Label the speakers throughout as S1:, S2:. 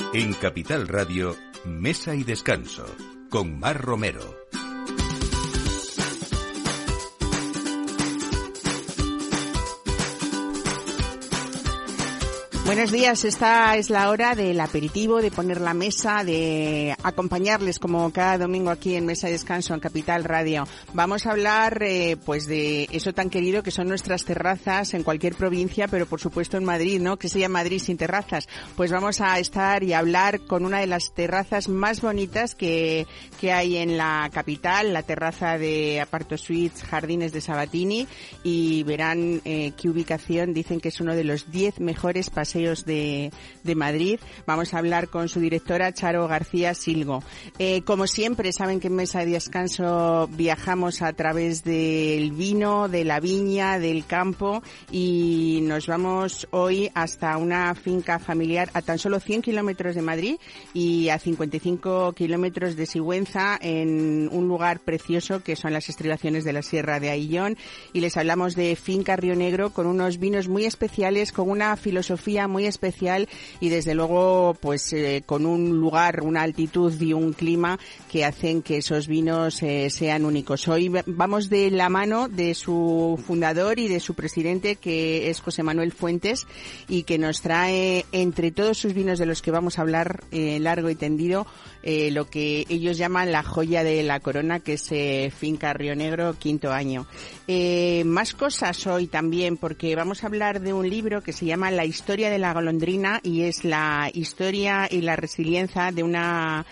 S1: En Capital Radio, Mesa y Descanso, con Mar Romero.
S2: Buenos días, esta es la hora del aperitivo, de poner la mesa, de acompañarles como cada domingo aquí en Mesa y Descanso en Capital Radio. Vamos a hablar pues de eso tan querido que son nuestras terrazas en cualquier provincia, pero por supuesto en Madrid, ¿no? ¿Qué sería Madrid sin terrazas? Pues vamos a estar y hablar con una de las terrazas más bonitas que hay en la capital, la terraza de Aparto Suites Jardines de Sabatini, y verán qué ubicación. Dicen que es uno de los 10 mejores paseos de Madrid. Vamos a hablar con su directora, Charo García Silgo. Como siempre, saben que en Mesa de Descanso viajamos a través del vino, de la viña, del campo, y nos vamos hoy hasta una finca familiar a tan solo 100 kilómetros de Madrid y a 55 kilómetros de Sigüenza, en un lugar precioso que son las estribaciones de la Sierra de Aillón, y les hablamos de Finca Río Negro, con unos vinos muy especiales, con una filosofía muy especial y desde luego pues con un lugar, una altitud y un clima que hacen que esos vinos sean únicos. Hoy vamos de la mano de su fundador y de su presidente, que es José Manuel Fuentes, y que nos trae entre todos sus vinos de los que vamos a hablar largo y tendido lo que ellos llaman la joya de la corona, que es Finca Río Negro, 5º año. Más cosas hoy también, porque vamos a hablar de un libro que se llama La historia de la golondrina, y es la historia y la resiliencia de una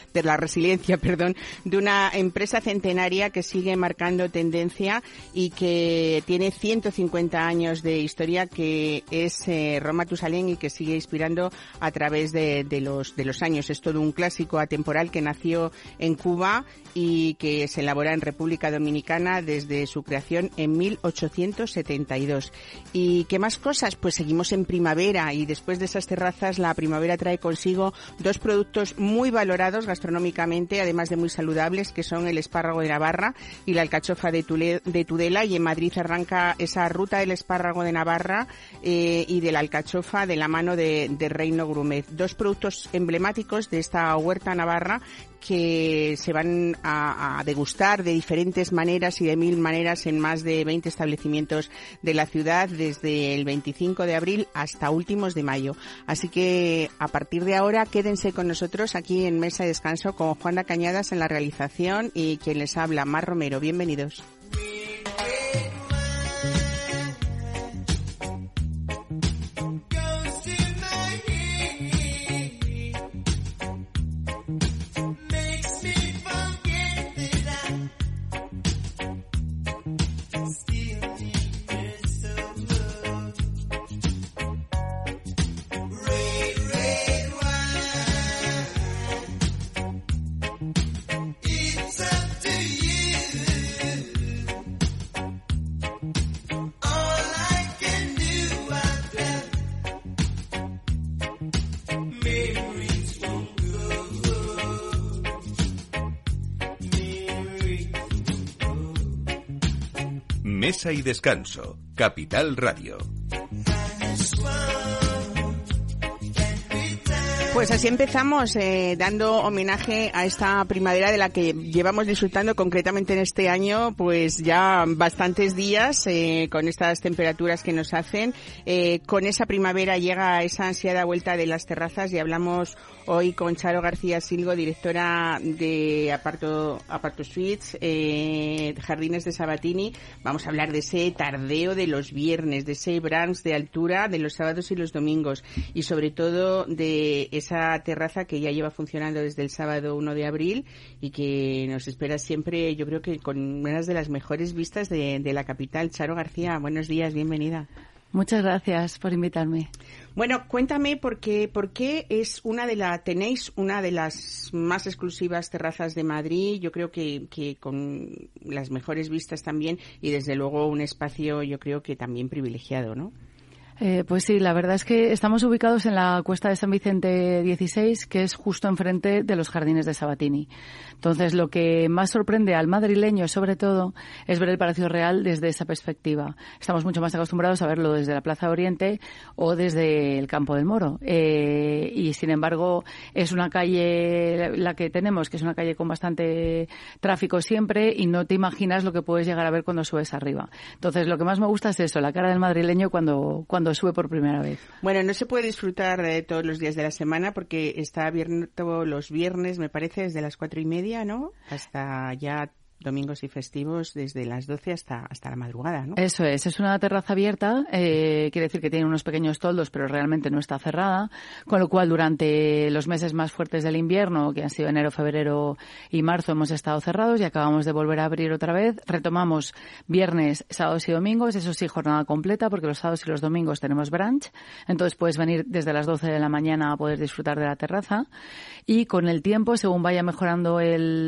S2: empresa centenaria que sigue marcando tendencia y que tiene 150 años de historia, que es Roma Matusalén, y que sigue inspirando a través de los años. Es todo un clásico atemporal que nació en Cuba y que se elabora en República Dominicana desde su creación en 1872. ¿Y qué más cosas? Pues seguimos en primavera, y después de esas terrazas, la primavera trae consigo dos productos muy valorados gastronómicamente, además de muy saludables, que son el espárrago de Navarra y la alcachofa de Tudela, y en Madrid arranca esa ruta del espárrago de Navarra y de la alcachofa de la mano de Reino Grumet. Dos productos emblemáticos de esta huerta navarra que se van a degustar de diferentes maneras y de 1000 maneras en más de 20 establecimientos de la ciudad desde el 25 de abril hasta últimos de mayo. Así que a partir de ahora quédense con nosotros aquí en Mesa de Descanso con Juana Cañadas en la realización y quien les habla, Mar Romero. Bienvenidos.
S1: Mesa y Descanso, Capital Radio.
S2: Pues así empezamos dando homenaje a esta primavera de la que llevamos disfrutando concretamente en este año pues ya bastantes días con estas temperaturas que nos hacen. Con esa primavera llega esa ansiada vuelta de las terrazas, y hablamos hoy con Charo García Silgo, directora de Aparto Suites Jardines de Sabatini. Vamos a hablar de ese tardeo de los viernes, de ese brunch de altura de los sábados y los domingos, y sobre todo de esa terraza que ya lleva funcionando desde el sábado 1 de abril y que nos espera siempre, yo creo que con unas de las mejores vistas de la capital. Charo García, buenos días, bienvenida.
S3: Muchas gracias por invitarme.
S2: Bueno, cuéntame por qué tenéis una de las más exclusivas terrazas de Madrid, yo creo que con las mejores vistas también, y desde luego un espacio yo creo que también privilegiado, ¿no?
S3: Pues sí, la verdad es que estamos ubicados en la Cuesta de San Vicente 16, que es justo enfrente de los Jardines de Sabatini. Entonces, lo que más sorprende al madrileño, sobre todo, es ver el Palacio Real desde esa perspectiva. Estamos mucho más acostumbrados a verlo desde la Plaza Oriente o desde el Campo del Moro. Y, sin embargo, es una calle, la que tenemos, que es una calle con bastante tráfico siempre, y no te imaginas lo que puedes llegar a ver cuando subes arriba. Entonces, lo que más me gusta es eso, la cara del madrileño cuando sube por primera vez.
S2: Bueno, no se puede disfrutar de todos los días de la semana porque está abierto los viernes, me parece, desde las 4:30, ¿no? Hasta ya domingos y festivos desde las 12 hasta la madrugada, ¿no?
S3: Eso es una terraza abierta, quiere decir que tiene unos pequeños toldos, pero realmente no está cerrada, con lo cual durante los meses más fuertes del invierno, que han sido enero, febrero y marzo, hemos estado cerrados y acabamos de volver a abrir otra vez. Retomamos viernes, sábados y domingos, eso sí, jornada completa, porque los sábados y los domingos tenemos brunch, entonces puedes venir desde las 12 de la mañana a poder disfrutar de la terraza, y con el tiempo, según vaya mejorando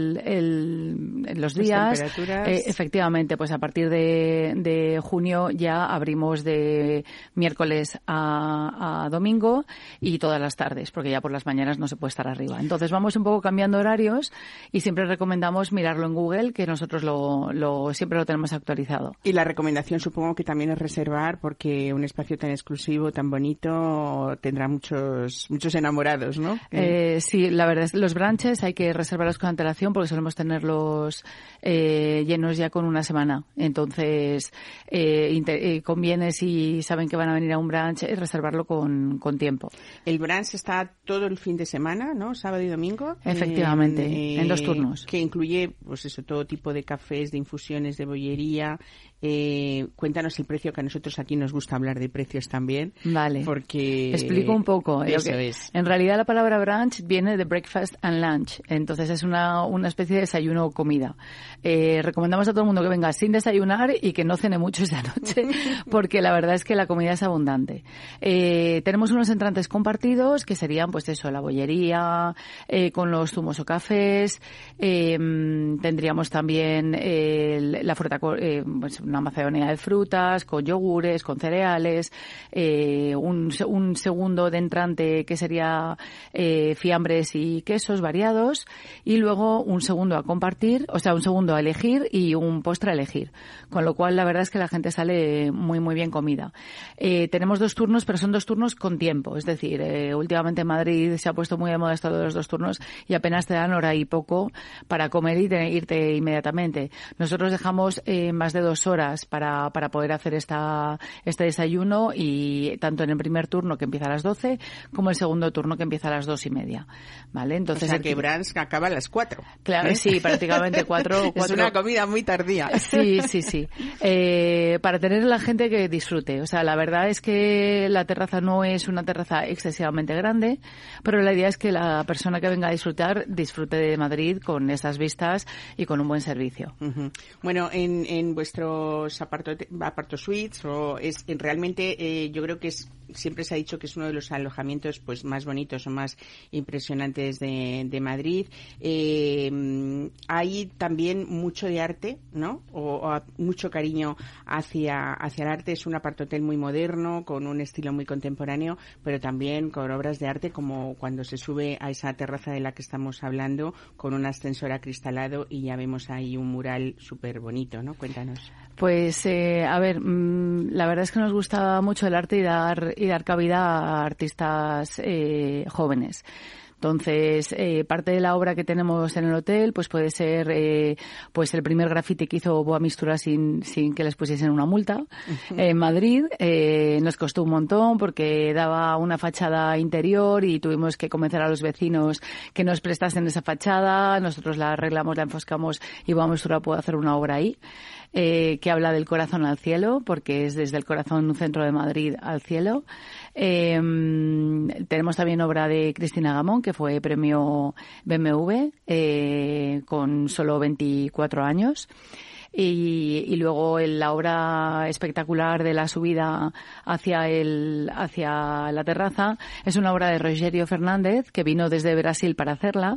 S3: los días, efectivamente, pues a partir de junio ya abrimos de miércoles a domingo y todas las tardes, porque ya por las mañanas no se puede estar arriba. Entonces vamos un poco cambiando horarios y siempre recomendamos mirarlo en Google, que nosotros siempre lo tenemos actualizado.
S2: Y la recomendación supongo que también es reservar, porque un espacio tan exclusivo, tan bonito, tendrá muchos enamorados, ¿no?
S3: Sí, la verdad es que los brunches hay que reservarlos con antelación porque solemos tenerlos llenos ya con una semana. Entonces, conviene, si saben que van a venir a un brunch, reservarlo con tiempo.
S2: El brunch está todo el fin de semana, ¿no? Sábado y domingo.
S3: Efectivamente, en 2 turnos.
S2: Que incluye, pues eso, todo tipo de cafés, de infusiones, de bollería. Cuéntanos el precio, que a nosotros aquí nos gusta hablar de precios también.
S3: Vale.
S2: Porque
S3: explico un poco.
S2: Eso es.
S3: En realidad la palabra brunch viene de breakfast and lunch. Entonces es una especie de desayuno o comida. Recomendamos a todo el mundo que venga sin desayunar y que no cene mucho esa noche, porque la verdad es que la comida es abundante. Tenemos unos entrantes compartidos que serían, pues eso, la bollería, con los zumos o cafés. Tendríamos también la fruta, pues una macedonía de frutas, con yogures, con cereales, un segundo de entrante que sería fiambres y quesos variados, y luego un segundo a compartir, o sea, un segundo a elegir y un postre a elegir. Con lo cual, la verdad es que la gente sale muy, muy bien comida. Tenemos 2 turnos, pero son 2 turnos con tiempo. Es decir, últimamente en Madrid se ha puesto muy de moda esto de los 2 turnos y apenas te dan hora y poco para comer y irte inmediatamente.Nosotros dejamos más de 2 horas para poder hacer este desayuno, y tanto en el primer turno, que empieza a las 12, como el segundo turno, que empieza a las 2:30. ¿Vale? Entonces,
S2: o sea, que brunch acaba a las 4.
S3: Claro, sí, prácticamente 4.
S2: Es una comida muy tardía.
S3: Sí. Para tener a la gente que disfrute. O sea, la verdad es que la terraza no es una terraza excesivamente grande, pero la idea es que la persona que venga a disfrute de Madrid con esas vistas y con un buen servicio.
S2: Uh-huh. Bueno, en vuestros aparto suites, realmente yo creo que siempre se ha dicho que es uno de los alojamientos pues más bonitos o más impresionantes de Madrid. Hay también mucho de arte, ¿no? O mucho cariño hacia el arte. Es un apartohotel muy moderno, con un estilo muy contemporáneo, pero también con obras de arte, como cuando se sube a esa terraza de la que estamos hablando, con un ascensor acristalado, y ya vemos ahí un mural súper bonito, ¿no? Cuéntanos.
S3: Pues, a ver, la verdad es que nos gusta mucho el arte y dar cabida a artistas jóvenes. Entonces, parte de la obra que tenemos en el hotel, pues puede ser pues el primer graffiti que hizo Boa Mistura sin que les pusiesen una multa en Madrid. Nos costó un montón porque daba una fachada interior y tuvimos que convencer a los vecinos que nos prestasen esa fachada. Nosotros la arreglamos, la enfoscamos, y Boa Mistura puede hacer una obra ahí. Que habla del corazón al cielo, porque es desde el corazón, un centro de Madrid, al cielo. Tenemos también obra de Cristina Gamón, que fue premio BMW con solo 24 años. y luego la obra espectacular de la subida hacia la terraza es una obra de Rogério Fernández, que vino desde Brasil para hacerla,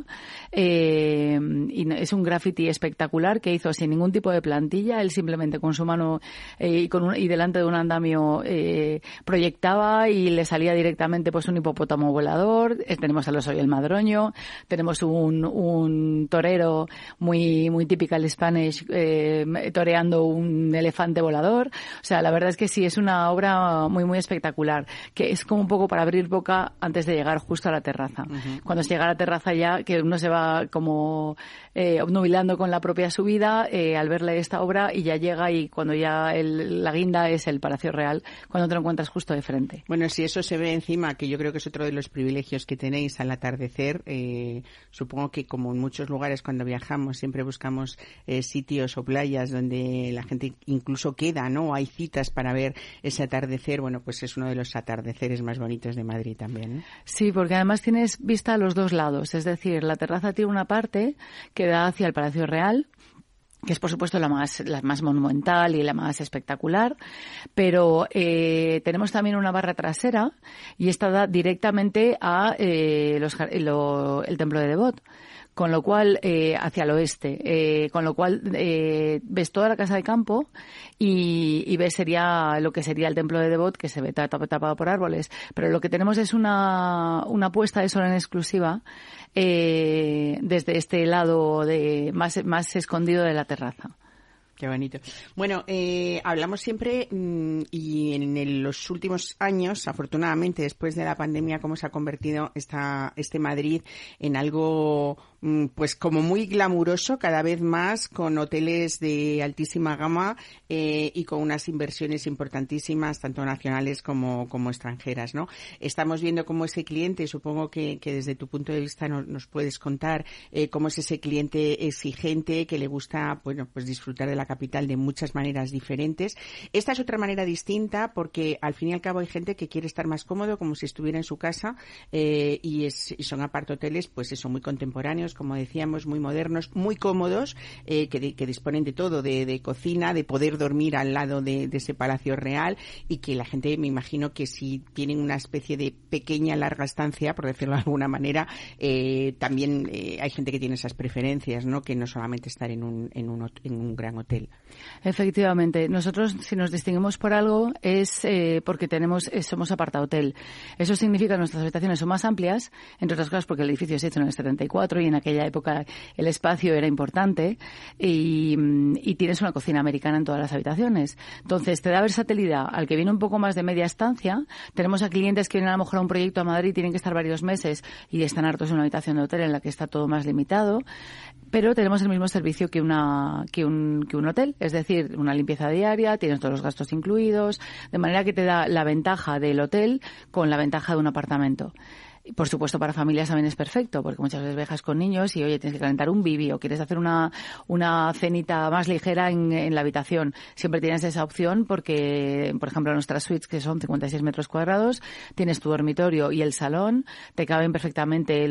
S3: y es un graffiti espectacular que hizo sin ningún tipo de plantilla. Él simplemente con su mano y delante de un andamio proyectaba y le salía directamente pues un hipopótamo volador. Tenemos al oso y el madroño, tenemos un torero muy typical Spanish toreando un elefante volador. O sea, la verdad es que sí, es una obra muy espectacular, que es como un poco para abrir boca antes de llegar justo a la terraza. Uh-huh. Cuando se llega a la terraza ya, que uno se va como obnubilando con la propia subida al verle esta obra, y ya llega, y cuando ya la guinda es el Palacio Real, cuando te lo encuentras justo de frente.
S2: Bueno, si eso se ve encima, que yo creo que es otro de los privilegios que tenéis al atardecer, supongo que como en muchos lugares cuando viajamos siempre buscamos sitios o playas donde la gente incluso queda, ¿no? Hay citas para ver ese atardecer. Bueno, pues es uno de los atardeceres más bonitos de Madrid también, ¿no?
S3: Sí, porque además tienes vista a los dos lados, es decir, la terraza tiene una parte que da hacia el Palacio Real, que es por supuesto la más monumental y la más espectacular, pero tenemos también una barra trasera, y esta da directamente a el Templo de Devot, con lo cual hacia el oeste, con lo cual ves toda la casa de campo y ves lo que sería el Templo de Devot, que se ve tapado por árboles, pero lo que tenemos es una puesta de sol en exclusiva desde este lado más escondido de la terraza.
S2: Qué bonito. Bueno, hablamos siempre y en los últimos años, afortunadamente, después de la pandemia, cómo se ha convertido este Madrid en algo pues como muy glamuroso, cada vez más, con hoteles de altísima gama y con unas inversiones importantísimas, tanto nacionales como extranjeras, ¿no? Estamos viendo cómo ese cliente, supongo que desde tu punto de vista nos puedes contar cómo es ese cliente exigente que le gusta, bueno, pues disfrutar de la capital de muchas maneras diferentes. Esta es otra manera distinta porque al fin y al cabo hay gente que quiere estar más cómodo, como si estuviera en su casa, y son apartoteles, pues eso, muy contemporáneos, como decíamos, muy modernos, muy cómodos, que disponen de todo, de cocina, de poder dormir al lado de ese Palacio Real, y que la gente, me imagino que si tienen una especie de pequeña, larga estancia, por decirlo de alguna manera, también hay gente que tiene esas preferencias, ¿no? Que no solamente estar en un gran hotel.
S3: Efectivamente, nosotros si nos distinguimos por algo es porque somos apartahotel. Eso significa que nuestras habitaciones son más amplias, entre otras cosas porque el edificio se hizo en el 74 y en aquella época el espacio era importante, y tienes una cocina americana en todas las habitaciones. Entonces te da versatilidad al que viene un poco más de media estancia. Tenemos a clientes que vienen a lo mejor a un proyecto a Madrid y tienen que estar varios meses y están hartos de una habitación de hotel en la que está todo más limitado, pero tenemos el mismo servicio que un hotel, es decir, una limpieza diaria, tienes todos los gastos incluidos, de manera que te da la ventaja del hotel con la ventaja de un apartamento. Y por supuesto para familias también es perfecto, porque muchas veces viajas con niños y oye, tienes que calentar un bibi o quieres hacer una cenita más ligera en la habitación. Siempre tienes esa opción porque, por ejemplo, nuestras suites, que son 56 metros cuadrados, tienes tu dormitorio y el salón, te caben perfectamente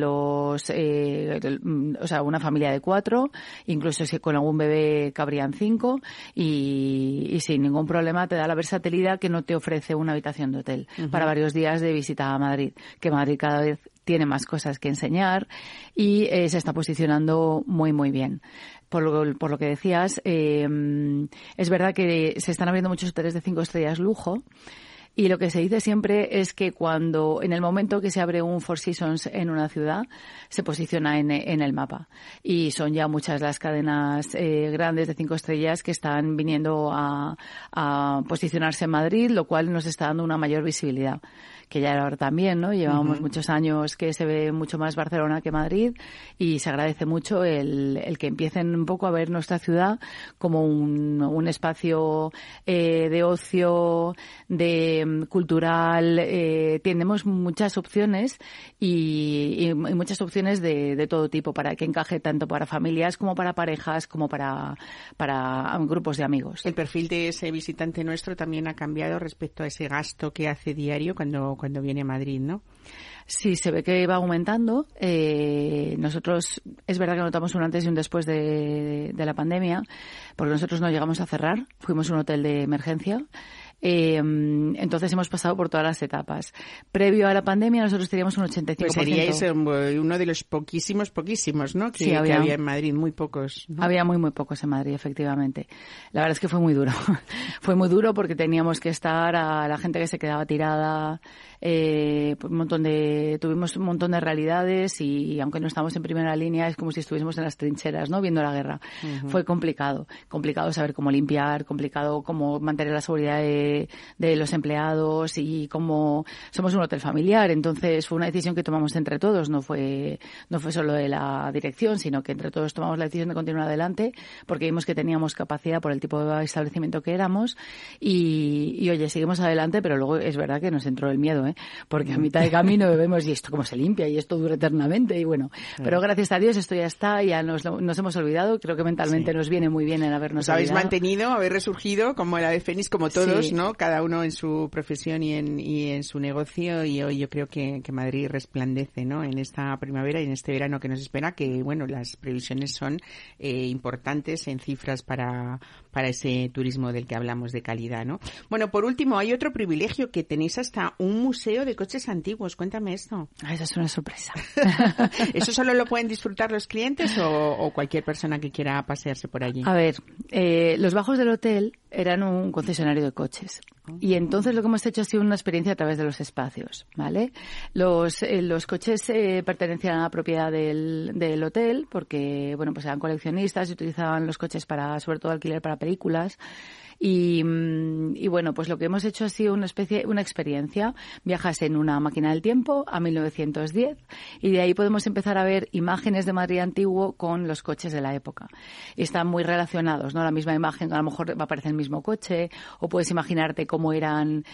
S3: una familia de 4, incluso si con algún bebé cabrían 5, y sin ningún problema te da la versatilidad que no te ofrece una habitación de hotel para varios días de visita a Madrid, que Madrid cada vez tiene más cosas que enseñar y se está posicionando muy bien. Por lo que decías, es verdad que se están abriendo muchos hoteles de 5 estrellas lujo, y lo que se dice siempre es que en el momento que se abre un Four Seasons en una ciudad, se posiciona en el mapa. Y son ya muchas las cadenas grandes de 5 estrellas que están viniendo a posicionarse en Madrid, lo cual nos está dando una mayor visibilidad, que ya era hora también, ¿no? Llevábamos muchos años que se ve mucho más Barcelona que Madrid, y se agradece mucho el que empiecen un poco a ver nuestra ciudad como un espacio de ocio, de cultural, tenemos muchas opciones y muchas opciones de todo tipo para que encaje tanto para familias como para parejas como para grupos de amigos.
S2: El perfil de ese visitante nuestro también ha cambiado respecto a ese gasto que hace diario cuando viene a Madrid, ¿no?
S3: Sí, se ve que va aumentando. Nosotros, es verdad que notamos un antes y un después de la pandemia, porque nosotros no llegamos a cerrar, fuimos un hotel de emergencia. Entonces hemos pasado por todas las etapas. Previo a la pandemia nosotros teníamos un 85%.
S2: Pues seríais uno de los poquísimos, ¿no? Que,
S3: sí,
S2: había en Madrid, muy pocos, ¿no?
S3: Había muy pocos en Madrid, efectivamente. La verdad es que fue muy duro. Fue muy duro porque teníamos que estar a la gente que se quedaba tirada, tuvimos un montón de realidades y aunque no estamos en primera línea es como si estuviésemos en las trincheras, ¿no? Viendo la guerra. Uh-huh. Fue complicado saber cómo limpiar, complicado cómo mantener la seguridad de los empleados y cómo somos un hotel familiar, entonces fue una decisión que tomamos entre todos, no fue solo de la dirección, sino que entre todos tomamos la decisión de continuar adelante porque vimos que teníamos capacidad por el tipo de establecimiento que éramos y oye, seguimos adelante, pero luego es verdad que nos entró el miedo, porque a mitad de camino vemos y esto cómo se limpia y esto dura eternamente y bueno, pero gracias a Dios esto ya está, ya nos hemos olvidado, creo que mentalmente nos viene muy bien el habernos olvidado.
S2: Habéis mantenido, habéis resurgido como la de Fénix, como todos, sí. ¿No? Cada uno en su profesión y en su negocio y hoy yo creo que Madrid resplandece, ¿no? En esta primavera y en este verano que nos espera, que bueno, las previsiones son importantes en cifras para ese turismo del que hablamos de calidad, ¿no? Bueno, por último, hay otro privilegio que tenéis hasta un museo de coches antiguos. Cuéntame esto.
S3: Esa es una sorpresa.
S2: ¿Eso solo lo pueden disfrutar los clientes o cualquier persona que quiera pasearse por allí?
S3: A ver, los bajos del hotel eran un concesionario de coches. Y entonces lo que hemos hecho ha sido una experiencia a través de los espacios, ¿vale? Los coches pertenecían a la propiedad del hotel porque, bueno, pues eran coleccionistas y utilizaban los coches sobre todo alquiler para películas. Y bueno, pues lo que hemos hecho ha sido una experiencia. Viajas en una máquina del tiempo a 1910 y de ahí podemos empezar a ver imágenes de Madrid antiguo con los coches de la época. Y están muy relacionados, ¿no? La misma imagen, a lo mejor va a aparecer el mismo coche o puedes imaginarte cómo eran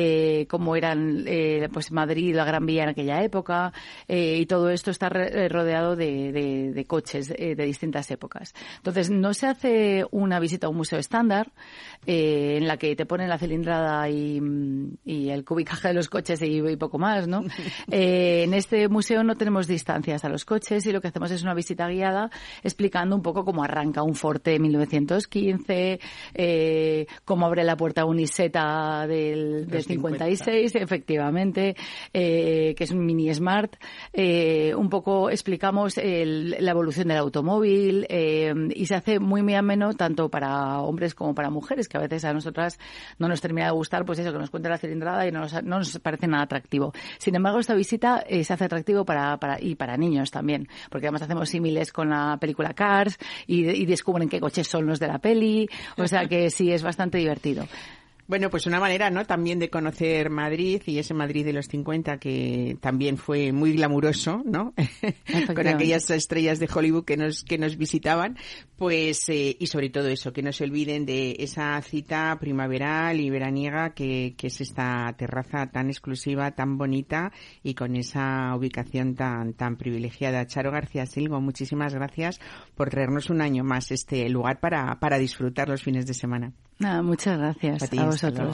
S3: pues Madrid, la Gran Vía en aquella época y todo esto está rodeado de coches de distintas épocas. Entonces, no se hace una visita a un museo estándar en la que te ponen la cilindrada y el cubicaje de los coches y poco más, ¿no? En este museo no tenemos distancias a los coches y lo que hacemos es una visita guiada explicando un poco cómo arranca un Forte 1915, cómo abre la puerta un Isetta del 56, efectivamente, que es un mini Smart. Un poco explicamos la evolución del automóvil y se hace muy ameno tanto para hombres como para mujeres, que a veces a nosotras no nos termina de gustar, pues eso, que nos cuente la cilindrada y no nos parece nada atractivo. Sin embargo, esta visita se hace atractivo para niños también, porque además hacemos símiles con la película Cars y descubren qué coches son los de la peli, o sea que sí, es bastante divertido.
S2: Bueno, pues una manera, ¿no?, también de conocer Madrid y ese Madrid de los 50 que también fue muy glamuroso, ¿no? Con aquellas estrellas de Hollywood que nos visitaban, pues y sobre todo eso, que no se olviden de esa cita primaveral y veraniega que es esta terraza tan exclusiva, tan bonita y con esa ubicación tan privilegiada. Charo García Silvo, muchísimas gracias por traernos un año más este lugar para disfrutar los fines de semana.
S3: Nada, muchas gracias a vosotros.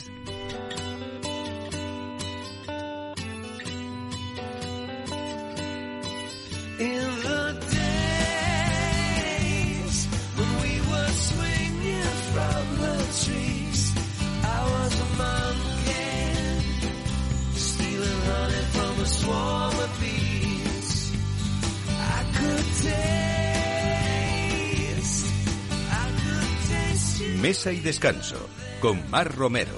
S1: Mesa y Descanso, con Mar Romero.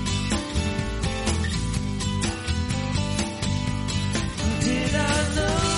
S4: Did I know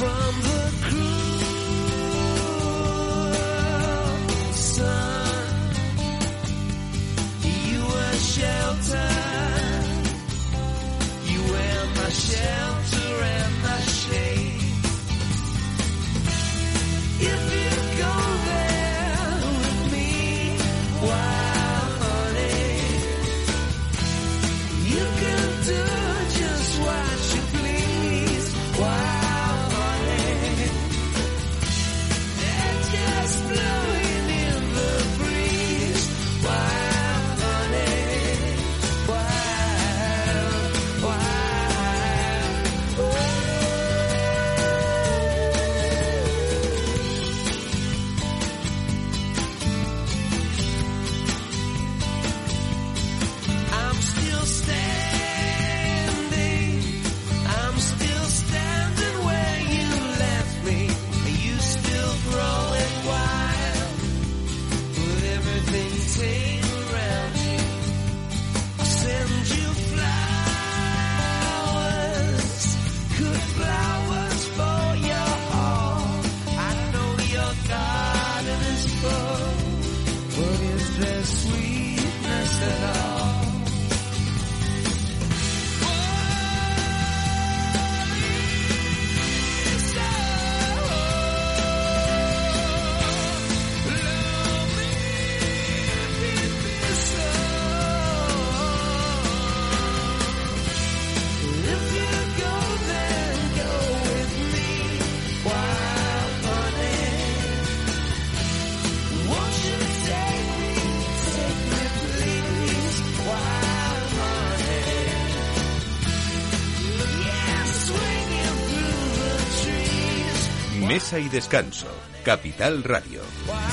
S1: Mesa y Descanso, Capital Radio.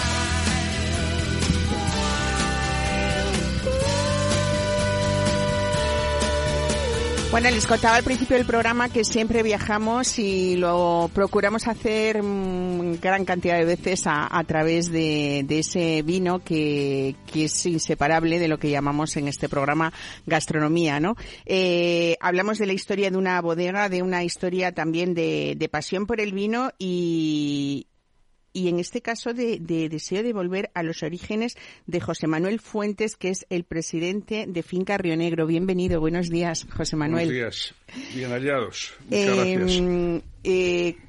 S2: Bueno, les contaba al principio del programa que siempre viajamos y lo procuramos hacer gran cantidad de veces a través de ese vino que es inseparable de lo que llamamos en este programa gastronomía, ¿no? Hablamos de la historia de una bodega, de una historia también de pasión por el vino y en este caso de deseo de volver a los orígenes de José Manuel Fuentes, que es el presidente de Finca Río Negro. Bienvenido, buenos días, José Manuel.
S4: Buenos días, bien hallados. Muchas gracias.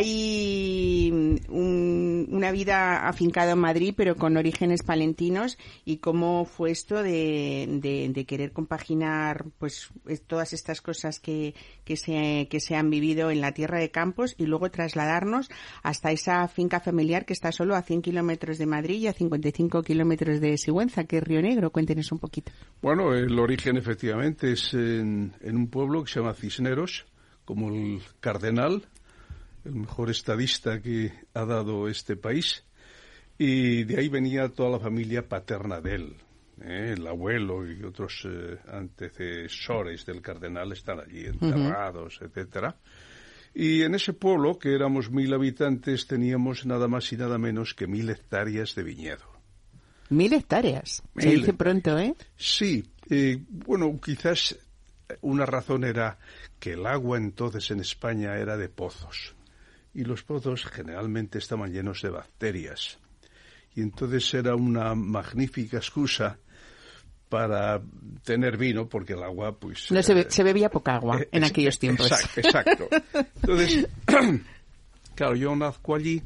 S2: Hay una vida afincada en Madrid, pero con orígenes palentinos. ¿Y cómo fue esto de querer compaginar pues todas estas cosas que se han vivido en la tierra de Campos y luego trasladarnos hasta esa finca familiar que está solo a 100 kilómetros de Madrid y a 55 kilómetros de Sigüenza, que es Río Negro? Cuéntenos un poquito.
S4: Bueno, el origen efectivamente es en un pueblo que se llama Cisneros, como el Cardenal, el mejor estadista que ha dado este país, y de ahí venía toda la familia paterna de él. El abuelo y otros antecesores del cardenal están allí enterrados, etcétera. Y en ese pueblo, que éramos 1000 habitantes, teníamos nada más y nada menos que 1000 hectáreas de viñedo.
S2: 1000 hectáreas, se dice pronto, ¿eh?
S4: Sí, bueno, quizás una razón era que el agua entonces en España era de pozos. Y los pozos generalmente estaban llenos de bacterias. Y entonces era una magnífica excusa para tener vino, porque el agua, pues...
S2: No, se bebía poca agua en aquellos tiempos.
S4: Exacto. Entonces, claro, yo nazco allí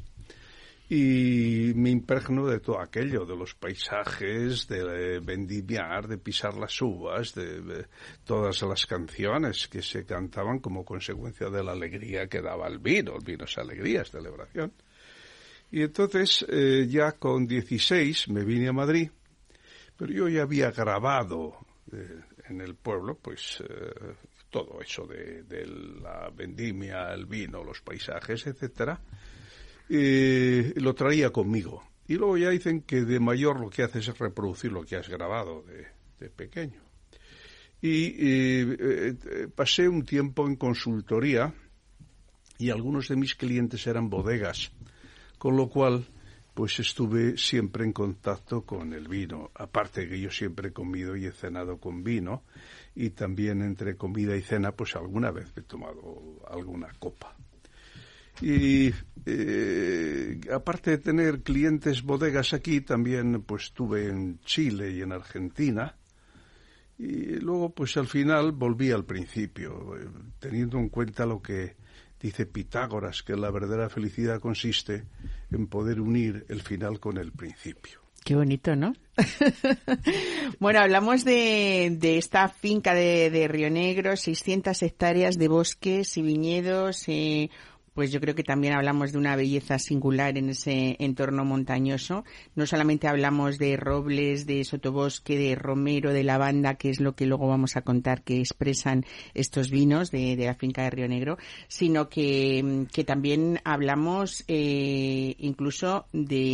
S4: y me impregno de todo aquello, de los paisajes, de vendimiar, de pisar las uvas, de todas las canciones que se cantaban como consecuencia de la alegría que daba el vino. El vino es alegría, es celebración. Y entonces, ya con 16 me vine a Madrid, pero yo ya había grabado en el pueblo, pues, todo eso de la vendimia, el vino, los paisajes, etcétera. Lo traía conmigo. Y luego ya dicen que de mayor lo que haces es reproducir lo que has grabado de pequeño. Y pasé un tiempo en consultoría y algunos de mis clientes eran bodegas, con lo cual pues estuve siempre en contacto con el vino. Aparte que yo siempre he comido y he cenado con vino, y también entre comida y cena pues alguna vez he tomado alguna copa. Y aparte de tener clientes bodegas aquí, también pues estuve en Chile y en Argentina. Y luego pues al final volví al principio, teniendo en cuenta lo que dice Pitágoras, que la verdadera felicidad consiste en poder unir el final con el principio.
S2: Qué bonito, ¿no? Bueno, hablamos de esta finca de Río Negro, 600 hectáreas de bosques y viñedos. Pues yo creo que también hablamos de una belleza singular en ese entorno montañoso. No solamente hablamos de robles, de sotobosque, de romero, de lavanda, que es lo que luego vamos a contar que expresan estos vinos de la finca de Río Negro, sino que también hablamos incluso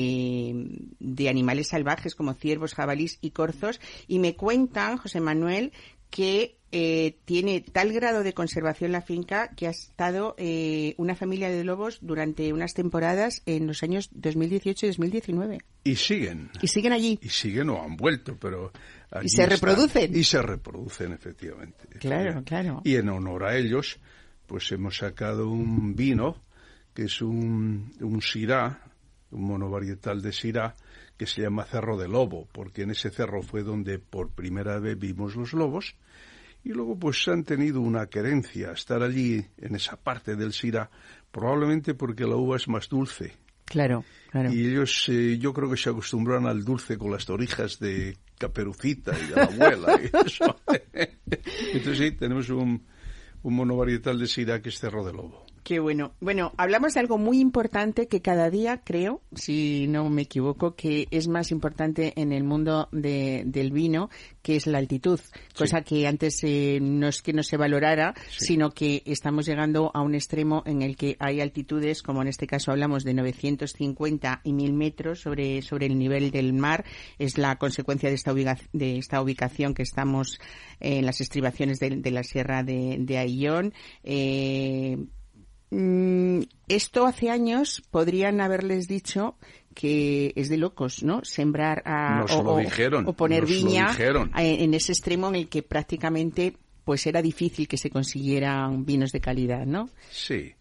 S2: de animales salvajes como ciervos, jabalís y corzos. Y me cuentan, José Manuel, que tiene tal grado de conservación la finca que ha estado una familia de lobos durante unas temporadas en los años 2018 y 2019.
S4: Y siguen.
S2: Y siguen allí.
S4: Y siguen o han vuelto, pero allí
S2: y se reproducen.
S4: Y se reproducen, efectivamente.
S2: Claro, claro.
S4: Y en honor a ellos, pues hemos sacado un vino que es un Syrah, un monovarietal de Syrah, que se llama Cerro de Lobo, porque en ese cerro fue donde por primera vez vimos los lobos. Y luego pues han tenido una querencia a estar allí, en esa parte del Syrah, probablemente porque la uva es más dulce.
S2: Claro, claro.
S4: Y ellos, yo creo que se acostumbran al dulce con las torrijas de Caperucita y de la abuela. Y eso. Entonces sí, tenemos un monovarietal de Syrah que es Cerro de Lobo.
S2: Qué bueno. Bueno, hablamos de algo muy importante que cada día, creo, si no me equivoco, que es más importante en el mundo del vino, que es la altitud. Cosa que antes no es que no se valorara, sino que estamos llegando a un extremo en el que hay altitudes, como en este caso hablamos de 950 y 1000 metros sobre el nivel del mar. Es la consecuencia de esta ubicación que estamos en las estribaciones de la Sierra de Ayllón. Esto hace años podrían haberles dicho que es de locos, ¿no? Sembrar o poner viña en ese extremo en el que prácticamente pues era difícil que se consiguieran vinos de calidad, ¿no?
S4: Sí.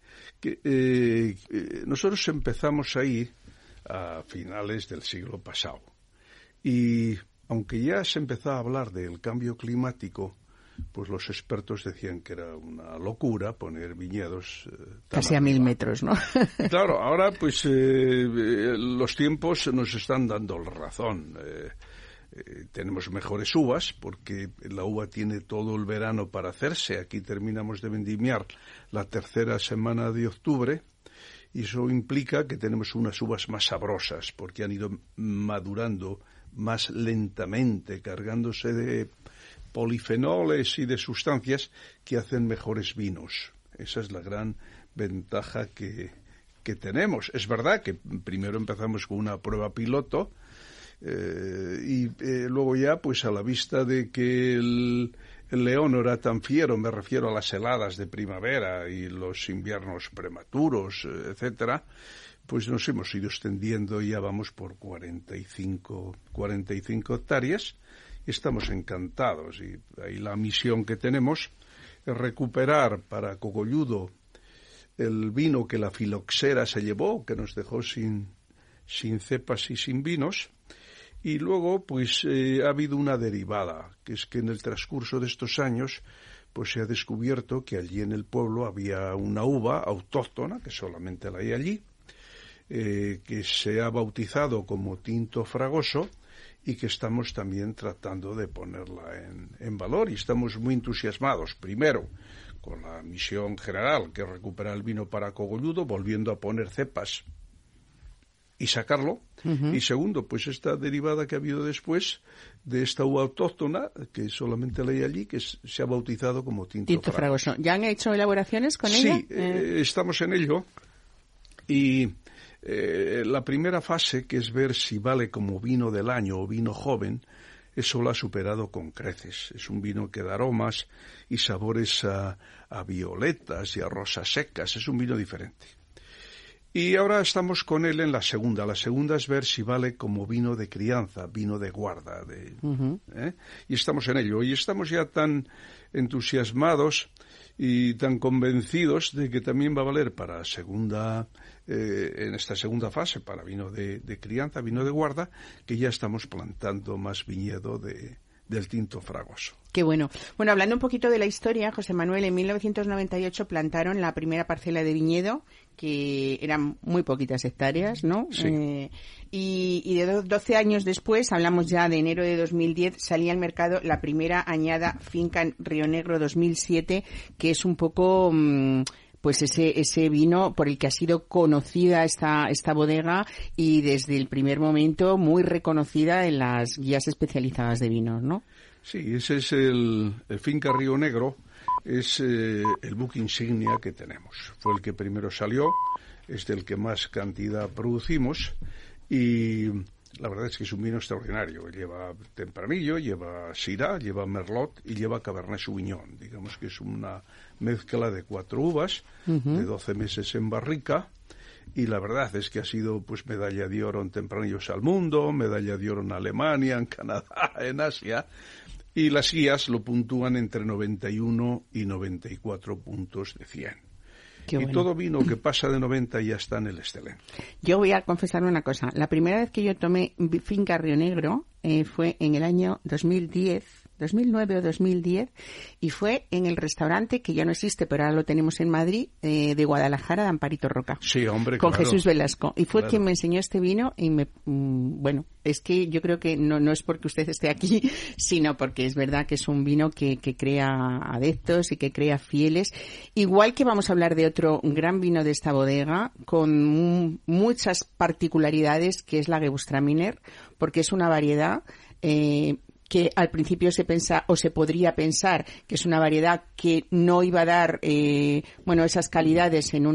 S4: Nosotros empezamos ahí a finales del siglo pasado y aunque ya se empezaba a hablar del cambio climático, pues los expertos decían que era una locura poner viñedos
S2: casi a 1000 metros, ¿no?
S4: Claro, ahora pues los tiempos nos están dando la razón. Tenemos mejores uvas porque la uva tiene todo el verano para hacerse. Aquí terminamos de vendimiar la tercera semana de octubre y eso implica que tenemos unas uvas más sabrosas porque han ido madurando más lentamente, cargándose de polifenoles y de sustancias que hacen mejores vinos. Esa es la gran ventaja que tenemos. Es verdad que primero empezamos con una prueba piloto y luego ya, pues a la vista de que el león no era tan fiero, me refiero a las heladas de primavera y los inviernos prematuros, etcétera, pues nos hemos ido extendiendo, ya vamos por 45 hectáreas. Estamos encantados y ahí la misión que tenemos es recuperar para Cogolludo el vino que la filoxera se llevó, que nos dejó sin cepas y sin vinos. Y luego pues ha habido una derivada, que es que en el transcurso de estos años pues se ha descubierto que allí en el pueblo había una uva autóctona, que solamente la hay allí, que se ha bautizado como Tinto Fragoso, y que estamos también tratando de ponerla en valor y estamos muy entusiasmados, primero con la misión general que es recuperar el vino para Cogolludo, volviendo a poner cepas y sacarlo, y segundo, pues esta derivada que ha habido después de esta uva autóctona, que solamente la hay allí, que se ha bautizado como Tinto Fragoso.
S2: ¿Ya han hecho elaboraciones con ella?
S4: Sí, estamos en ello y la primera fase, que es ver si vale como vino del año o vino joven, eso lo ha superado con creces. Es un vino que da aromas y sabores a violetas y a rosas secas. Es un vino diferente. Y ahora estamos con él en la segunda. La segunda es ver si vale como vino de crianza, vino de guarda. Y estamos en ello. Y estamos ya tan entusiasmados y tan convencidos de que también va a valer para en esta segunda fase, para vino de crianza, vino de guarda, que ya estamos plantando más viñedo del tinto fragoso.
S2: Qué bueno. Bueno, hablando un poquito de la historia, José Manuel, en 1998 plantaron la primera parcela de viñedo, que eran muy poquitas hectáreas, ¿no?
S4: Sí.
S2: Y de 12 años después, hablamos ya de enero de 2010, salía al mercado la primera añada Finca Río Negro 2007, que es un poco pues ese vino por el que ha sido conocida esta bodega y desde el primer momento muy reconocida en las guías especializadas de vinos, ¿no?
S4: Sí, ese es el Finca Río Negro, es el buque insignia que tenemos. Fue el que primero salió, es del que más cantidad producimos y la verdad es que es un vino extraordinario. Lleva Tempranillo, lleva Syrah, lleva Merlot y lleva Cabernet Sauvignon. Digamos que es una mezcla de 4 uvas, de 12 meses en barrica. Y la verdad es que ha sido pues medalla de oro en Tempranillos al mundo, medalla de oro en Alemania, en Canadá, en Asia. Y las guías lo puntúan entre 91 y 94 puntos de 100.
S2: Qué bueno.
S4: Y todo vino que pasa de 90 ya está en el excelente.
S2: Yo voy a confesarme una cosa. La primera vez que yo tomé Finca Río Negro fue en el año 2009 o 2010, y fue en el restaurante que ya no existe, pero ahora lo tenemos en Madrid, de Guadalajara, de Amparito Roca.
S4: Sí, hombre,
S2: con
S4: claro.
S2: Jesús Velasco. Y fue
S4: Claro.
S2: quien me enseñó este vino y bueno, es que yo creo que no es porque usted esté aquí, sino porque es verdad que es un vino que crea adeptos y que crea fieles. Igual que vamos a hablar de otro gran vino de esta bodega, con muchas particularidades, que es la Gewürztraminer, porque es una variedad que al principio se podría pensar que es una variedad que no iba a dar esas calidades en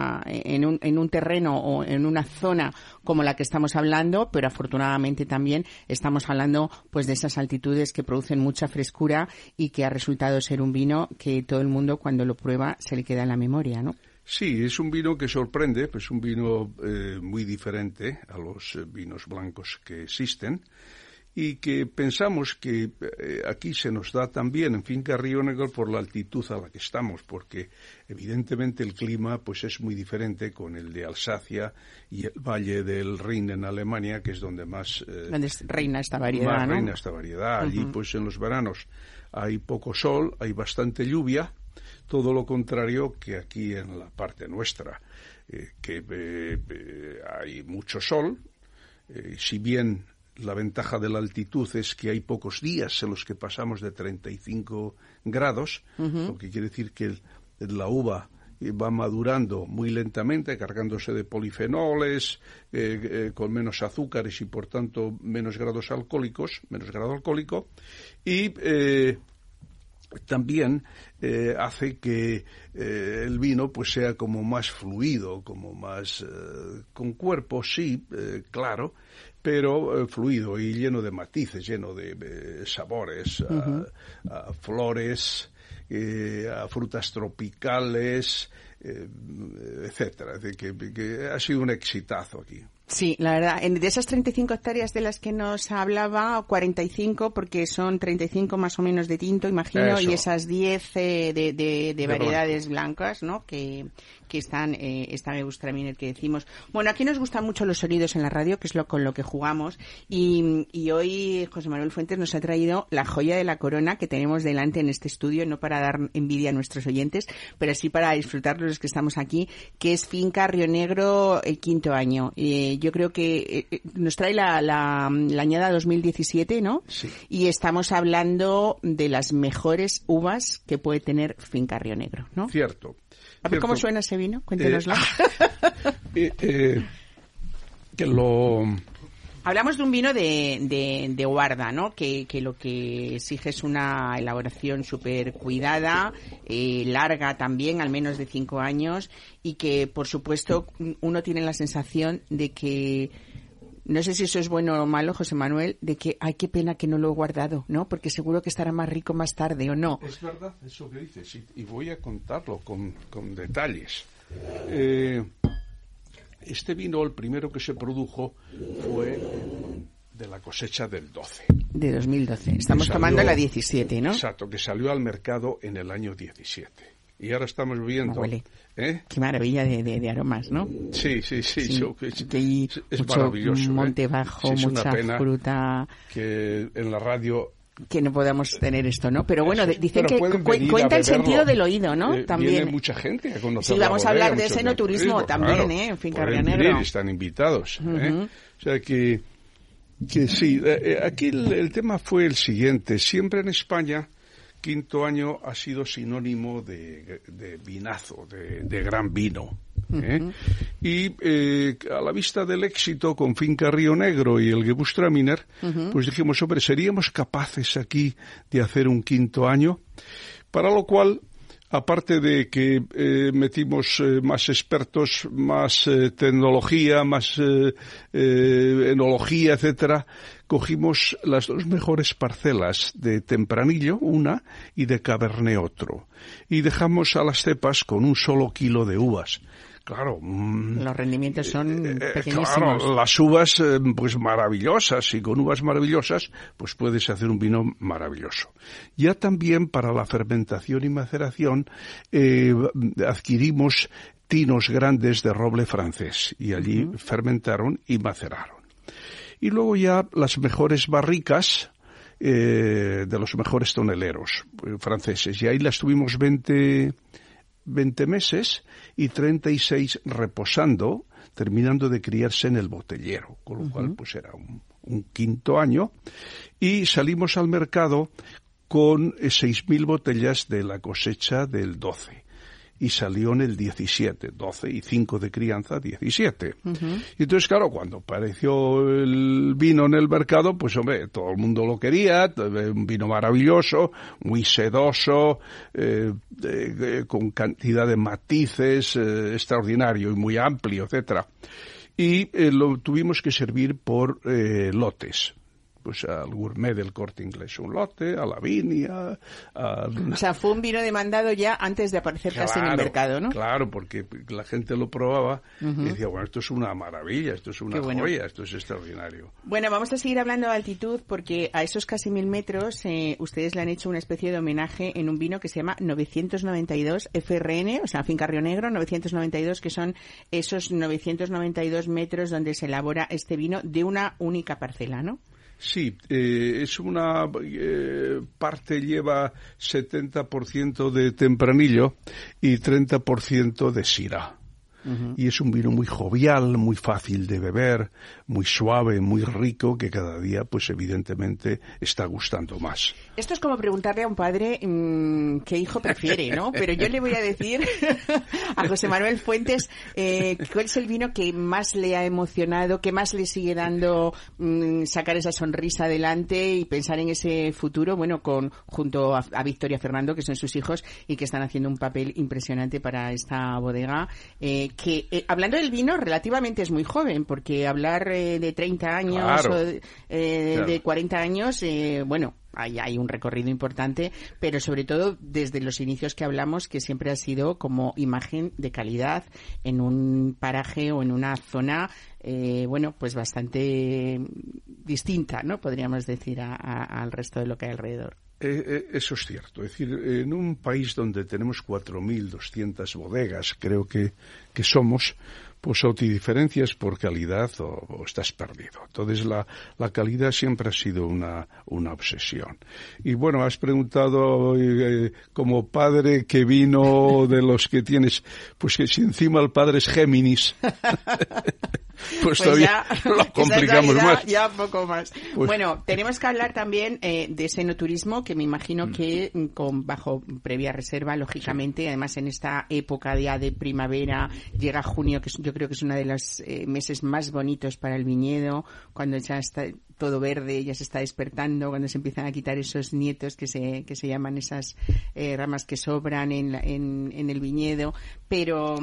S2: un terreno o en una zona como la que estamos hablando, pero afortunadamente también estamos hablando pues de esas altitudes que producen mucha frescura y que ha resultado ser un vino que todo el mundo cuando lo prueba se le queda en la memoria, ¿no?
S4: Sí, es un vino que sorprende, pues un vino muy diferente a los vinos blancos que existen, y que pensamos que aquí se nos da también en Finca Río Negro por la altitud a la que estamos, porque evidentemente el clima pues es muy diferente con el de Alsacia y el Valle del Rin en Alemania, que es donde más
S2: reina esta variedad, ¿no?
S4: reina esta variedad. Allí pues en los veranos hay poco sol, hay bastante lluvia, todo lo contrario que aquí en la parte nuestra, que hay mucho sol, si bien la ventaja de la altitud es que hay pocos días en los que pasamos de 35 grados, lo que quiere decir que la uva va madurando muy lentamente, cargándose de polifenoles, con menos azúcares y por tanto menos grado alcohólico, y también hace que el vino pues sea como más fluido, como más con cuerpo, sí, claro, pero fluido y lleno de matices, lleno de sabores, a flores, a frutas tropicales, etcétera. Es decir, que ha sido un exitazo aquí.
S2: Sí, la verdad, de esas 35 hectáreas de las que nos hablaba, 45, porque son 35 más o menos de tinto, imagino, y esas 10 de variedades blancas, ¿no? Que están, esta Gewürztraminer que decimos. Bueno, aquí nos gustan mucho los sonidos en la radio, que es con lo que jugamos, y hoy José Manuel Fuentes nos ha traído la joya de la corona que tenemos delante en este estudio, no para dar envidia a nuestros oyentes, pero sí para disfrutar los que estamos aquí, que es Finca Río Negro, el 5º año. Yo creo que nos trae la añada 2017, ¿no?
S4: Sí.
S2: Y estamos hablando de las mejores uvas que puede tener Finca Río Negro, ¿no?
S4: Cierto.
S2: A ver cómo suena ese vino, cuéntenoslo. Hablamos de un vino de guarda, ¿no? Que lo que exige es una elaboración súper cuidada, larga también, al menos de 5 años, y que, por supuesto, uno tiene la sensación de que, no sé si eso es bueno o malo, José Manuel, de que, ay, qué pena que no lo he guardado, ¿no? Porque seguro que estará más rico más tarde, ¿o no?
S4: Es verdad eso que dices, y voy a contarlo con detalles. Este vino, el primero que se produjo, fue de la cosecha del 12.
S2: De 2012. Estamos tomando la 17, ¿no?
S4: Exacto, que salió al mercado en el año 17. Y ahora estamos viendo...
S2: Huele. Qué maravilla de aromas, ¿no?
S4: Sí. Es
S2: mucho
S4: maravilloso.
S2: Monte bajo,
S4: sí,
S2: mucha fruta.
S4: Que en la radio...
S2: Que no podamos tener esto, ¿no? Pero bueno, dicen que
S4: cuenta
S2: el sentido del oído, ¿no? También.
S4: Viene mucha gente a conocer.
S2: Sí, vamos a hablar de
S4: enoturismo
S2: también, en Finca Río Negro.
S4: Están invitados. O sea que sí, aquí el tema fue el siguiente. Siempre en España, quinto año ha sido sinónimo de vinazo, de gran vino. Y a la vista del éxito con Finca Río Negro y el Gewürztraminer, pues dijimos, hombre, ¿seríamos capaces aquí de hacer un quinto año? Para lo cual, aparte de que metimos más expertos, más tecnología, más enología, etcétera, cogimos las dos mejores parcelas de Tempranillo, una, y de Cabernet otro. Y dejamos a las cepas con un solo kilo de uvas. Claro.
S2: Los rendimientos son pequeñísimos.
S4: Claro, las uvas, pues maravillosas, y con uvas maravillosas, pues puedes hacer un vino maravilloso. Ya también para la fermentación y maceración, adquirimos tinos grandes de roble francés, y allí fermentaron y maceraron. Y luego ya las mejores barricas, de los mejores toneleros franceses, y ahí las tuvimos 20 meses y 36 reposando, terminando de criarse en el botellero, con lo cual pues era un quinto año, y salimos al mercado con 6.000 botellas de la cosecha del 12. Y salió en el 17, 12 y 5 de crianza, 17. Y entonces, claro, cuando apareció el vino en el mercado, pues hombre, todo el mundo lo quería, un vino maravilloso, muy sedoso, con cantidad de matices, extraordinario y muy amplio, etcétera. Y lo tuvimos que servir por lotes. Pues al Gourmet del Corte Inglés un lote, a la Viña...
S2: O sea, fue un vino demandado ya antes de aparecer casi en el mercado, ¿no?
S4: Claro, porque la gente lo probaba y decía, bueno, esto es una maravilla, esto es una joya, esto es extraordinario.
S2: Bueno, vamos a seguir hablando de altitud porque a esos casi 1.000 metros ustedes le han hecho una especie de homenaje en un vino que se llama 992 FRN, o sea, Finca Río Negro, 992, que son esos 992 metros donde se elabora este vino de una única parcela, ¿no?
S4: Sí, es una parte lleva 70% de Tempranillo y 30% de Syrah. Y es un vino muy jovial, muy fácil de beber, muy suave, muy rico, que cada día, pues evidentemente, está gustando más.
S2: Esto es como preguntarle a un padre qué hijo prefiere, ¿no? Pero yo le voy a decir a José Manuel Fuentes cuál es el vino que más le ha emocionado, que más le sigue dando sacar esa sonrisa adelante y pensar en ese futuro, bueno, junto a Victoria Fernando, que son sus hijos y que están haciendo un papel impresionante para esta bodega, que hablando del vino relativamente es muy joven, porque hablar de 30 años
S4: claro,
S2: o de 40 años, bueno, hay un recorrido importante, pero sobre todo desde los inicios que hablamos, que siempre ha sido como imagen de calidad en un paraje o en una zona, bueno, pues bastante distinta, ¿no? Podríamos decir al resto de lo que hay alrededor.
S4: Eso es cierto. Es decir, en un país donde tenemos 4.200 bodegas, creo que somos, pues o te diferencias por calidad o estás perdido. Entonces la calidad siempre ha sido una obsesión. Y bueno, has preguntado como padre qué vino de los que tienes, pues que si encima el padre es Géminis, pues todavía ya, lo complicamos más.
S2: Ya poco más. Pues, bueno, tenemos que hablar también de ese enoturismo que me imagino que bajo previa reserva, lógicamente, sí. Además en esta época ya de primavera, llega junio, que yo creo que es uno de los meses más bonitos para el viñedo, cuando ya está todo verde, ya se está despertando, cuando se empiezan a quitar esos nietos que se llaman esas ramas que sobran en el viñedo, pero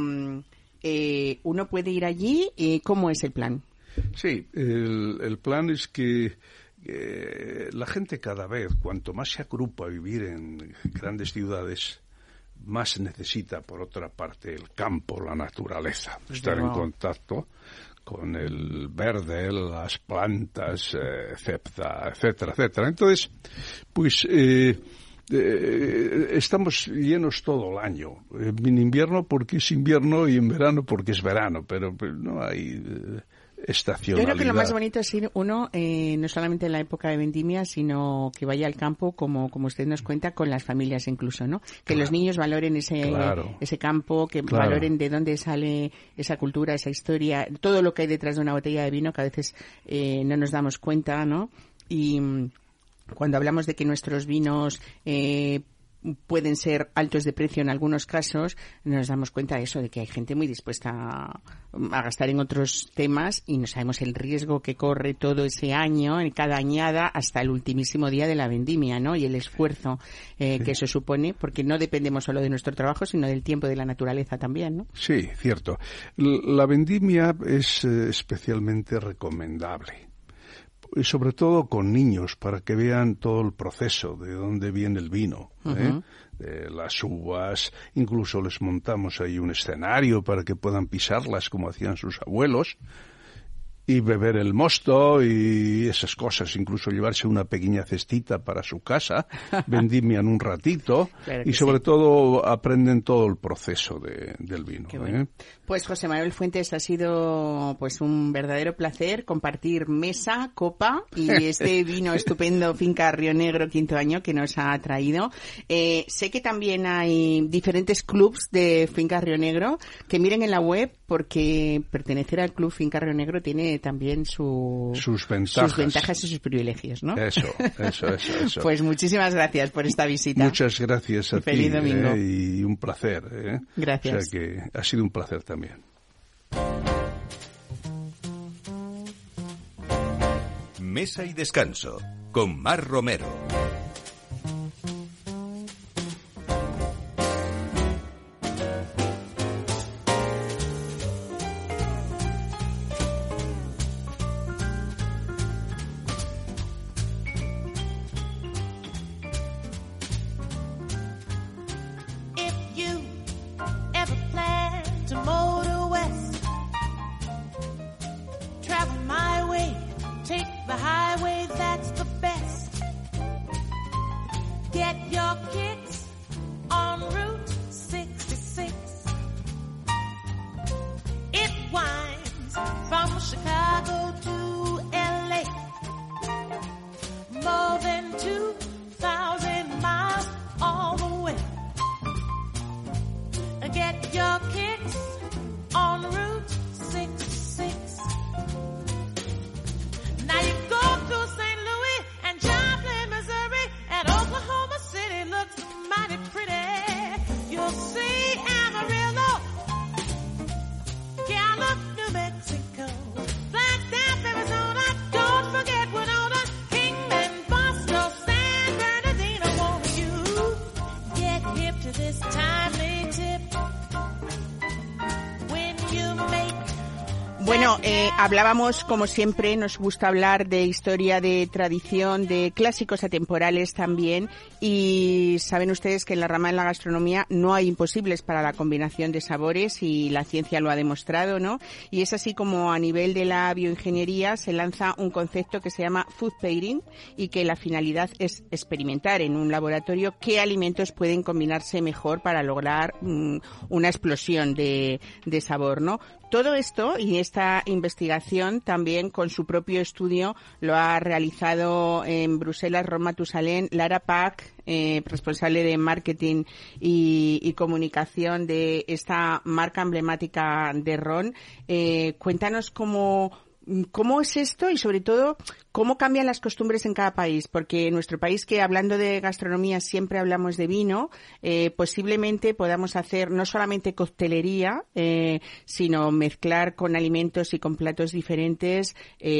S2: uno puede ir allí. ¿Cómo es el plan?
S4: Sí, el plan es que la gente cada vez, cuanto más se agrupa a vivir en grandes ciudades, más necesita, por otra parte, el campo, la naturaleza, estar en contacto con el verde, las plantas, etcétera, etcétera. Entonces, pues estamos llenos todo el año. En invierno porque es invierno y en verano porque es verano, pero no hay estacionalidad.
S2: Yo creo que lo más bonito es ir uno, no solamente en la época de vendimia, sino que vaya al campo, como usted nos cuenta, con las familias incluso, ¿no? Que los niños valoren ese campo, que valoren de dónde sale esa cultura, esa historia, todo lo que hay detrás de una botella de vino, que a veces no nos damos cuenta, ¿no? Y cuando hablamos de que nuestros vinos pueden ser altos de precio en algunos casos, nos damos cuenta de eso, de que hay gente muy dispuesta a gastar en otros temas y no sabemos el riesgo que corre todo ese año, en cada añada, hasta el ultimísimo día de la vendimia, ¿no? Y el esfuerzo que eso supone, porque no dependemos solo de nuestro trabajo, sino del tiempo de la naturaleza también, ¿no?
S4: Sí, cierto. La vendimia es especialmente recomendable, y sobre todo con niños, para que vean todo el proceso, de dónde viene el vino, de las uvas. Incluso les montamos ahí un escenario para que puedan pisarlas como hacían sus abuelos, y beber el mosto y esas cosas, incluso llevarse una pequeña cestita para su casa, vendimian un ratito, claro, y sobre todo aprenden todo el proceso del vino.
S2: Bueno. Pues José Manuel Fuentes, ha sido pues un verdadero placer compartir mesa, copa y este vino estupendo Finca Río Negro quinto año que nos ha traído. Sé que también hay diferentes clubs de Finca Río Negro, que miren en la web, porque pertenecer al club Finca Río Negro tiene también sus ventajas y sus privilegios, ¿no?
S4: Eso.
S2: Pues muchísimas gracias por esta visita.
S4: Muchas gracias a ti.
S2: Feliz domingo.
S4: Y un placer.
S2: Gracias.
S4: O sea que ha sido un placer también.
S1: Mesa y descanso con Mar Romero.
S2: Bueno, hablábamos, como siempre, nos gusta hablar de historia, de tradición, de clásicos atemporales también, y saben ustedes que en la rama de la gastronomía no hay imposibles para la combinación de sabores, y la ciencia lo ha demostrado, ¿no? Y es así como a nivel de la bioingeniería se lanza un concepto que se llama food pairing, y que la finalidad es experimentar en un laboratorio qué alimentos pueden combinarse mejor para lograr una explosión de sabor, ¿no? Todo esto y esta investigación también con su propio estudio lo ha realizado en Bruselas, Ron Matusalén, Lara Pack, responsable de marketing y comunicación de esta marca emblemática de ron. Cuéntanos cómo es esto y sobre todo cómo cambian las costumbres en cada país, porque en nuestro país, que hablando de gastronomía siempre hablamos de vino, posiblemente podamos hacer no solamente coctelería, sino mezclar con alimentos y con platos diferentes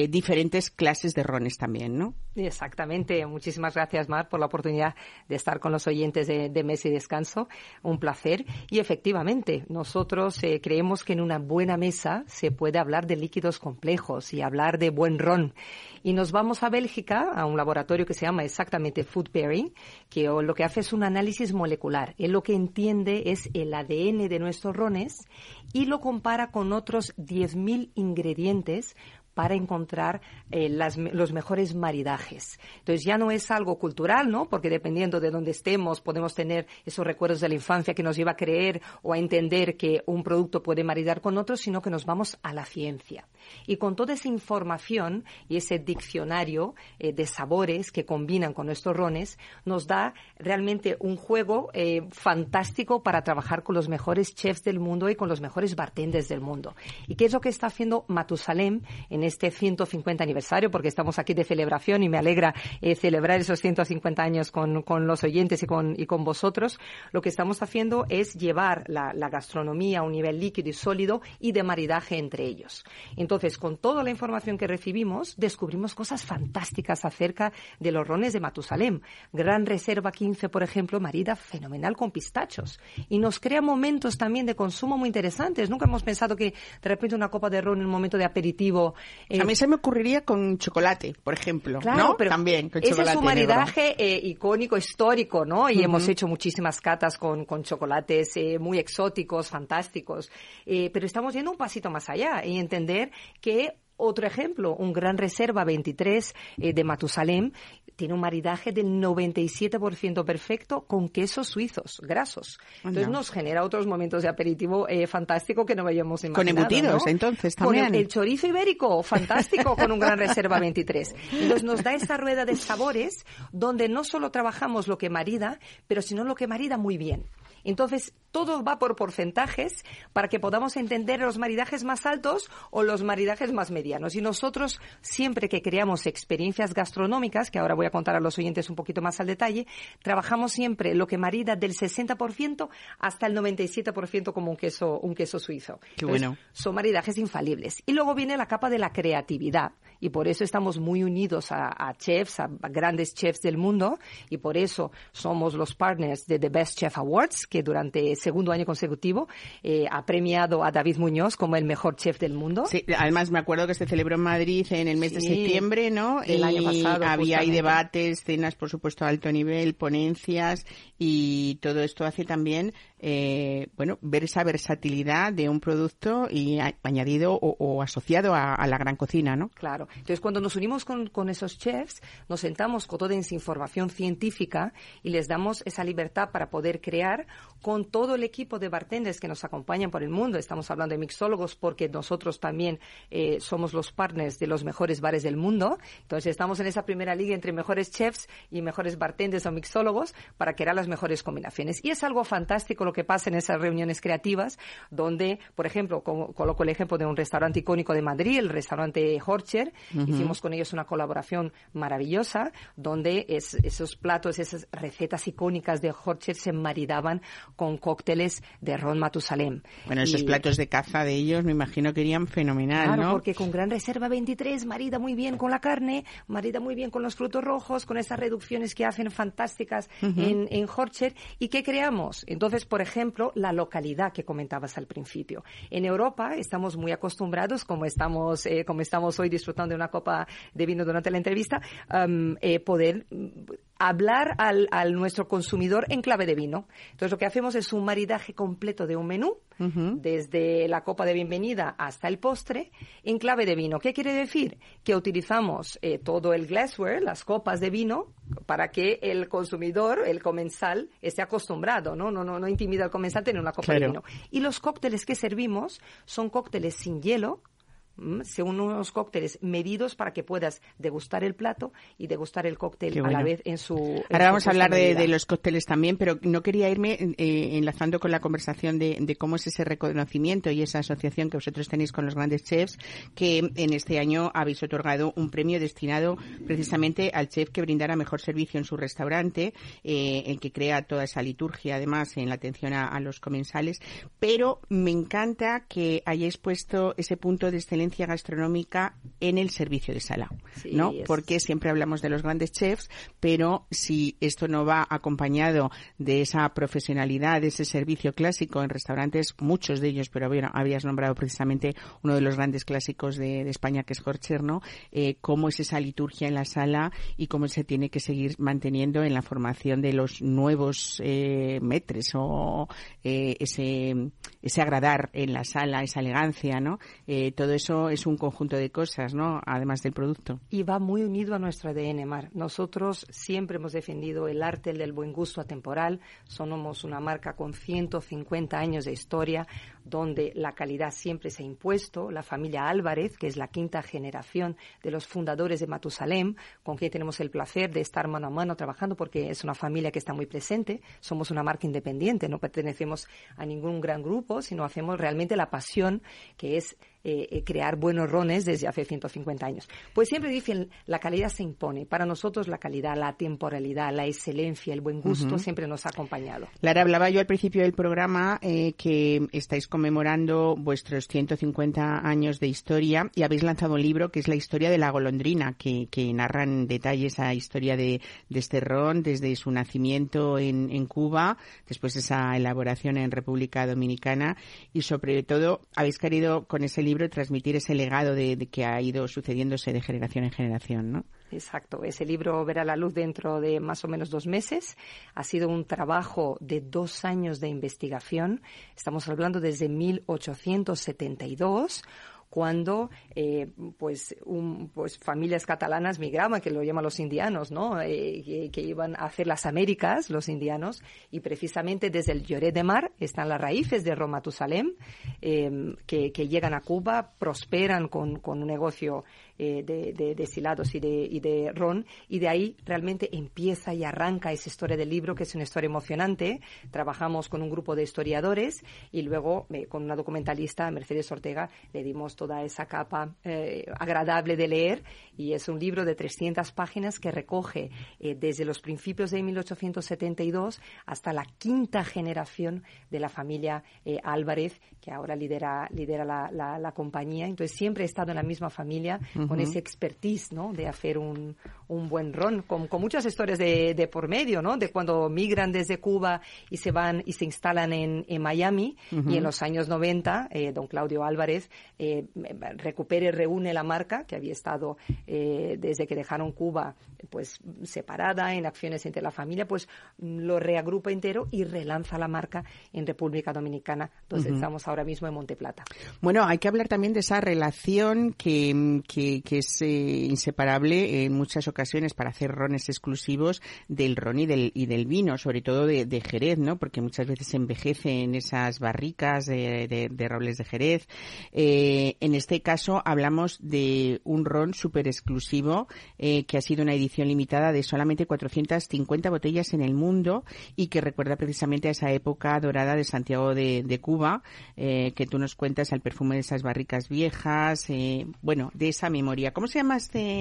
S2: clases de rones también, ¿no?
S5: Exactamente. Muchísimas gracias, Mar, por la oportunidad de estar con los oyentes de Mesa y Descanso. Un placer. Y efectivamente, nosotros creemos que en una buena mesa se puede hablar de líquidos complejos y hablar de buen ron. Y nos vamos a Bélgica, a un laboratorio que se llama exactamente Food Pairing, que lo que hace es un análisis molecular. Él lo que entiende es el ADN de nuestros rones y lo compara con otros 10.000 ingredientes para encontrar los mejores maridajes. Entonces ya no es algo cultural, ¿no? Porque dependiendo de dónde estemos, podemos tener esos recuerdos de la infancia que nos lleva a creer o a entender que un producto puede maridar con otro, sino que nos vamos a la ciencia. Y con toda esa información y ese diccionario de sabores que combinan con nuestros rones, nos da realmente un juego fantástico para trabajar con los mejores chefs del mundo y con los mejores bartenders del mundo. ¿Y qué es lo que está haciendo Matusalem en este 150 aniversario? Porque estamos aquí de celebración y me alegra celebrar esos 150 años con los oyentes y con vosotros. Lo que estamos haciendo es llevar la gastronomía a un nivel líquido y sólido y de maridaje entre ellos. Entonces, con toda la información que recibimos, descubrimos cosas fantásticas acerca de los rones de Matusalem. Gran Reserva 15, por ejemplo, marida fenomenal con pistachos. Y nos crea momentos también de consumo muy interesantes. Nunca hemos pensado que de repente una copa de ron en un momento de aperitivo...
S2: a mí se me ocurriría con chocolate, por ejemplo.
S5: Claro,
S2: ¿no?
S5: pero
S2: también con
S5: ese
S2: chocolate
S5: es un maridaje icónico, histórico, ¿no? Y hemos hecho muchísimas catas con chocolates muy exóticos, fantásticos. Pero estamos yendo un pasito más allá y entender que otro ejemplo, un Gran Reserva 23 de Matusalem tiene un maridaje del 97% perfecto con quesos suizos grasos. Entonces nos genera otros momentos de aperitivo fantástico que no habíamos imaginado.
S2: Con embutidos,
S5: ¿no?
S2: entonces, también.
S5: Con el chorizo ibérico, fantástico, con un Gran Reserva 23. Entonces nos da esta rueda de sabores donde no solo trabajamos lo que marida, pero sino lo que marida muy bien. Entonces, todo va por porcentajes para que podamos entender los maridajes más altos o los maridajes más medianos. Y nosotros, siempre que creamos experiencias gastronómicas, que ahora voy a contar a los oyentes un poquito más al detalle, trabajamos siempre lo que marida del 60% hasta el 97% como un queso suizo.
S2: Qué bueno.
S5: Entonces, son maridajes infalibles. Y luego viene la capa de la creatividad. Y por eso estamos muy unidos a chefs, a grandes chefs del mundo. Y por eso somos los partners de The Best Chef Awards, que durante segundo año consecutivo ha premiado a David Muñoz como el mejor chef del mundo.
S2: Sí, además me acuerdo que se celebró en Madrid en el mes de septiembre, ¿no?
S5: El año pasado.
S2: Había ahí debates, cenas, por supuesto, a alto nivel, ponencias, y todo esto hace también, ver esa versatilidad de un producto y añadido o asociado a la gran cocina, ¿no?
S5: Claro. Entonces, cuando nos unimos con esos chefs, nos sentamos con toda esa información científica y les damos esa libertad para poder crear con todo el equipo de bartenders que nos acompañan por el mundo. Estamos hablando de mixólogos porque nosotros también somos los partners de los mejores bares del mundo. Entonces, estamos en esa primera liga entre mejores chefs y mejores bartenders o mixólogos para crear las mejores combinaciones. Y es algo fantástico lo que pasa en esas reuniones creativas donde, por ejemplo, coloco el ejemplo de un restaurante icónico de Madrid, el restaurante Horcher. Hicimos con ellos una colaboración maravillosa donde esos platos, esas recetas icónicas de Horcher se maridaban con cócteles de ron Matusalem.
S2: Bueno, esos platos de caza de ellos me imagino que irían fenomenal,
S5: claro,
S2: ¿no?
S5: Porque con Gran Reserva 23 marida muy bien con la carne, marida muy bien con los frutos rojos, con esas reducciones que hacen fantásticas en Horcher. ¿Y qué creamos? Entonces, por ejemplo, la localidad que comentabas al principio. En Europa estamos muy acostumbrados, como estamos hoy disfrutando de una copa de vino durante la entrevista, poder hablar al nuestro consumidor en clave de vino. Entonces, lo que hacemos es un maridaje completo de un menú, desde la copa de bienvenida hasta el postre, en clave de vino. ¿Qué quiere decir? Que utilizamos todo el glassware, las copas de vino, para que el consumidor, el comensal, esté acostumbrado, no intimida al comensal tener una copa de vino. Y los cócteles que servimos son cócteles sin hielo, son unos cócteles medidos para que puedas degustar el plato y degustar el cóctel a la vez en su...
S2: Ahora vamos a hablar de los cócteles también, pero no quería irme enlazando con la conversación de cómo es ese reconocimiento y esa asociación que vosotros tenéis con los grandes chefs, que en este año habéis otorgado un premio destinado precisamente al chef que brindara mejor servicio en su restaurante, el que crea toda esa liturgia además en la atención a los comensales, pero me encanta que hayáis puesto ese punto de excelencia gastronómica en el servicio de sala, ¿no? Porque siempre hablamos de los grandes chefs, pero si esto no va acompañado de esa profesionalidad, de ese servicio clásico en restaurantes, muchos de ellos, pero bueno, habías nombrado precisamente uno de los grandes clásicos de España, que es Horcher, ¿no? Cómo es esa liturgia en la sala y cómo se tiene que seguir manteniendo en la formación de los nuevos maîtres o ese agradar en la sala, esa elegancia, ¿no? Todo eso eso es un conjunto de cosas, ¿no? Además del producto.
S5: Y va muy unido a nuestro ADN, Mar. Nosotros siempre hemos defendido el arte del buen gusto atemporal. Somos una marca con 150 años de historia, donde la calidad siempre se ha impuesto. La familia Álvarez, que es la quinta generación de los fundadores de Matusalem, con quien tenemos el placer de estar mano a mano trabajando, porque es una familia que está muy presente. Somos una marca independiente, no pertenecemos a ningún gran grupo, sino hacemos realmente la pasión que es crear buenos rones desde hace 150 años. Pues siempre dicen, la calidad se impone. Para nosotros la calidad, la temporalidad, la excelencia, el buen gusto siempre nos ha acompañado.
S2: Lara, hablaba yo al principio del programa que estáis conmemorando vuestros 150 años de historia y habéis lanzado un libro que es La historia de la golondrina, que narra en detalle esa historia de este ron desde su nacimiento en Cuba, después esa elaboración en República Dominicana y sobre todo habéis querido con ese libro transmitir ese legado de que ha ido sucediéndose de generación en generación, ¿no?
S5: Exacto. Ese libro verá la luz dentro de más o menos 2 meses. Ha sido un trabajo de 2 años de investigación. Estamos hablando desde 1872, cuando familias catalanas migraban, que lo llaman los indianos, ¿no? Que iban a hacer las Américas, los indianos, y precisamente desde el Lloret de Mar están las raíces de Ron Matusalem, que llegan a Cuba, prosperan con un negocio de destilados y de ron, y de ahí realmente empieza y arranca esa historia del libro, que es una historia emocionante. Trabajamos con un grupo de historiadores y luego con una documentalista, Mercedes Ortega, le dimos toda esa capa agradable de leer, y es un libro de 300 páginas que recoge desde los principios de 1872 hasta la quinta generación de la familia Álvarez, que ahora lidera la compañía. Entonces siempre he estado en la misma familia, con ese expertise, ¿no?, de hacer un buen ron, con muchas historias de por medio, ¿no?, de cuando migran desde Cuba y se van y se instalan en Miami, y en los años 90 don Claudio Álvarez recupera y reúne la marca que había estado desde que dejaron Cuba pues separada en acciones entre la familia, pues lo reagrupa entero y relanza la marca en República Dominicana, donde estamos ahora mismo en Monteplata.
S2: Bueno, hay que hablar también de esa relación que es inseparable en muchas ocasiones para hacer rones exclusivos del ron y del vino, sobre todo de Jerez, ¿no? Porque muchas veces se envejece en esas barricas de robles de Jerez. En este caso hablamos de un ron súper exclusivo que ha sido una edición limitada de solamente 450 botellas en el mundo y que recuerda precisamente a esa época dorada de Santiago de Cuba, que tú nos cuentas, al perfume de esas barricas viejas, de esa memoria. ¿Cómo se llama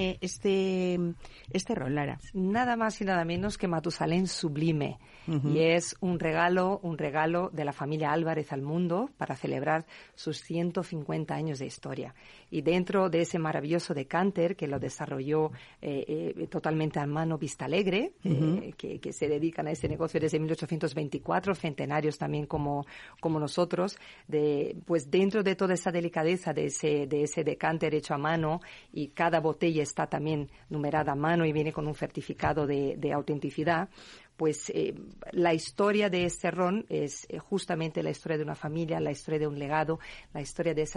S2: este ron, Lara?
S5: Nada más y nada menos que Matusalem Sublime. Y es un regalo de la familia Álvarez al mundo para celebrar sus 150 años de historia. Y dentro de ese maravilloso decanter que lo desarrolló totalmente a mano Vistalegre, que se dedican a este negocio desde 1824, centenarios también como nosotros, pues dentro de toda esa delicadeza de ese decanter hecho a mano, y cada botella está también numerada a mano y viene con un certificado de autenticidad. Pues la historia de este ron es justamente la historia de una familia, la historia de un legado, la historia de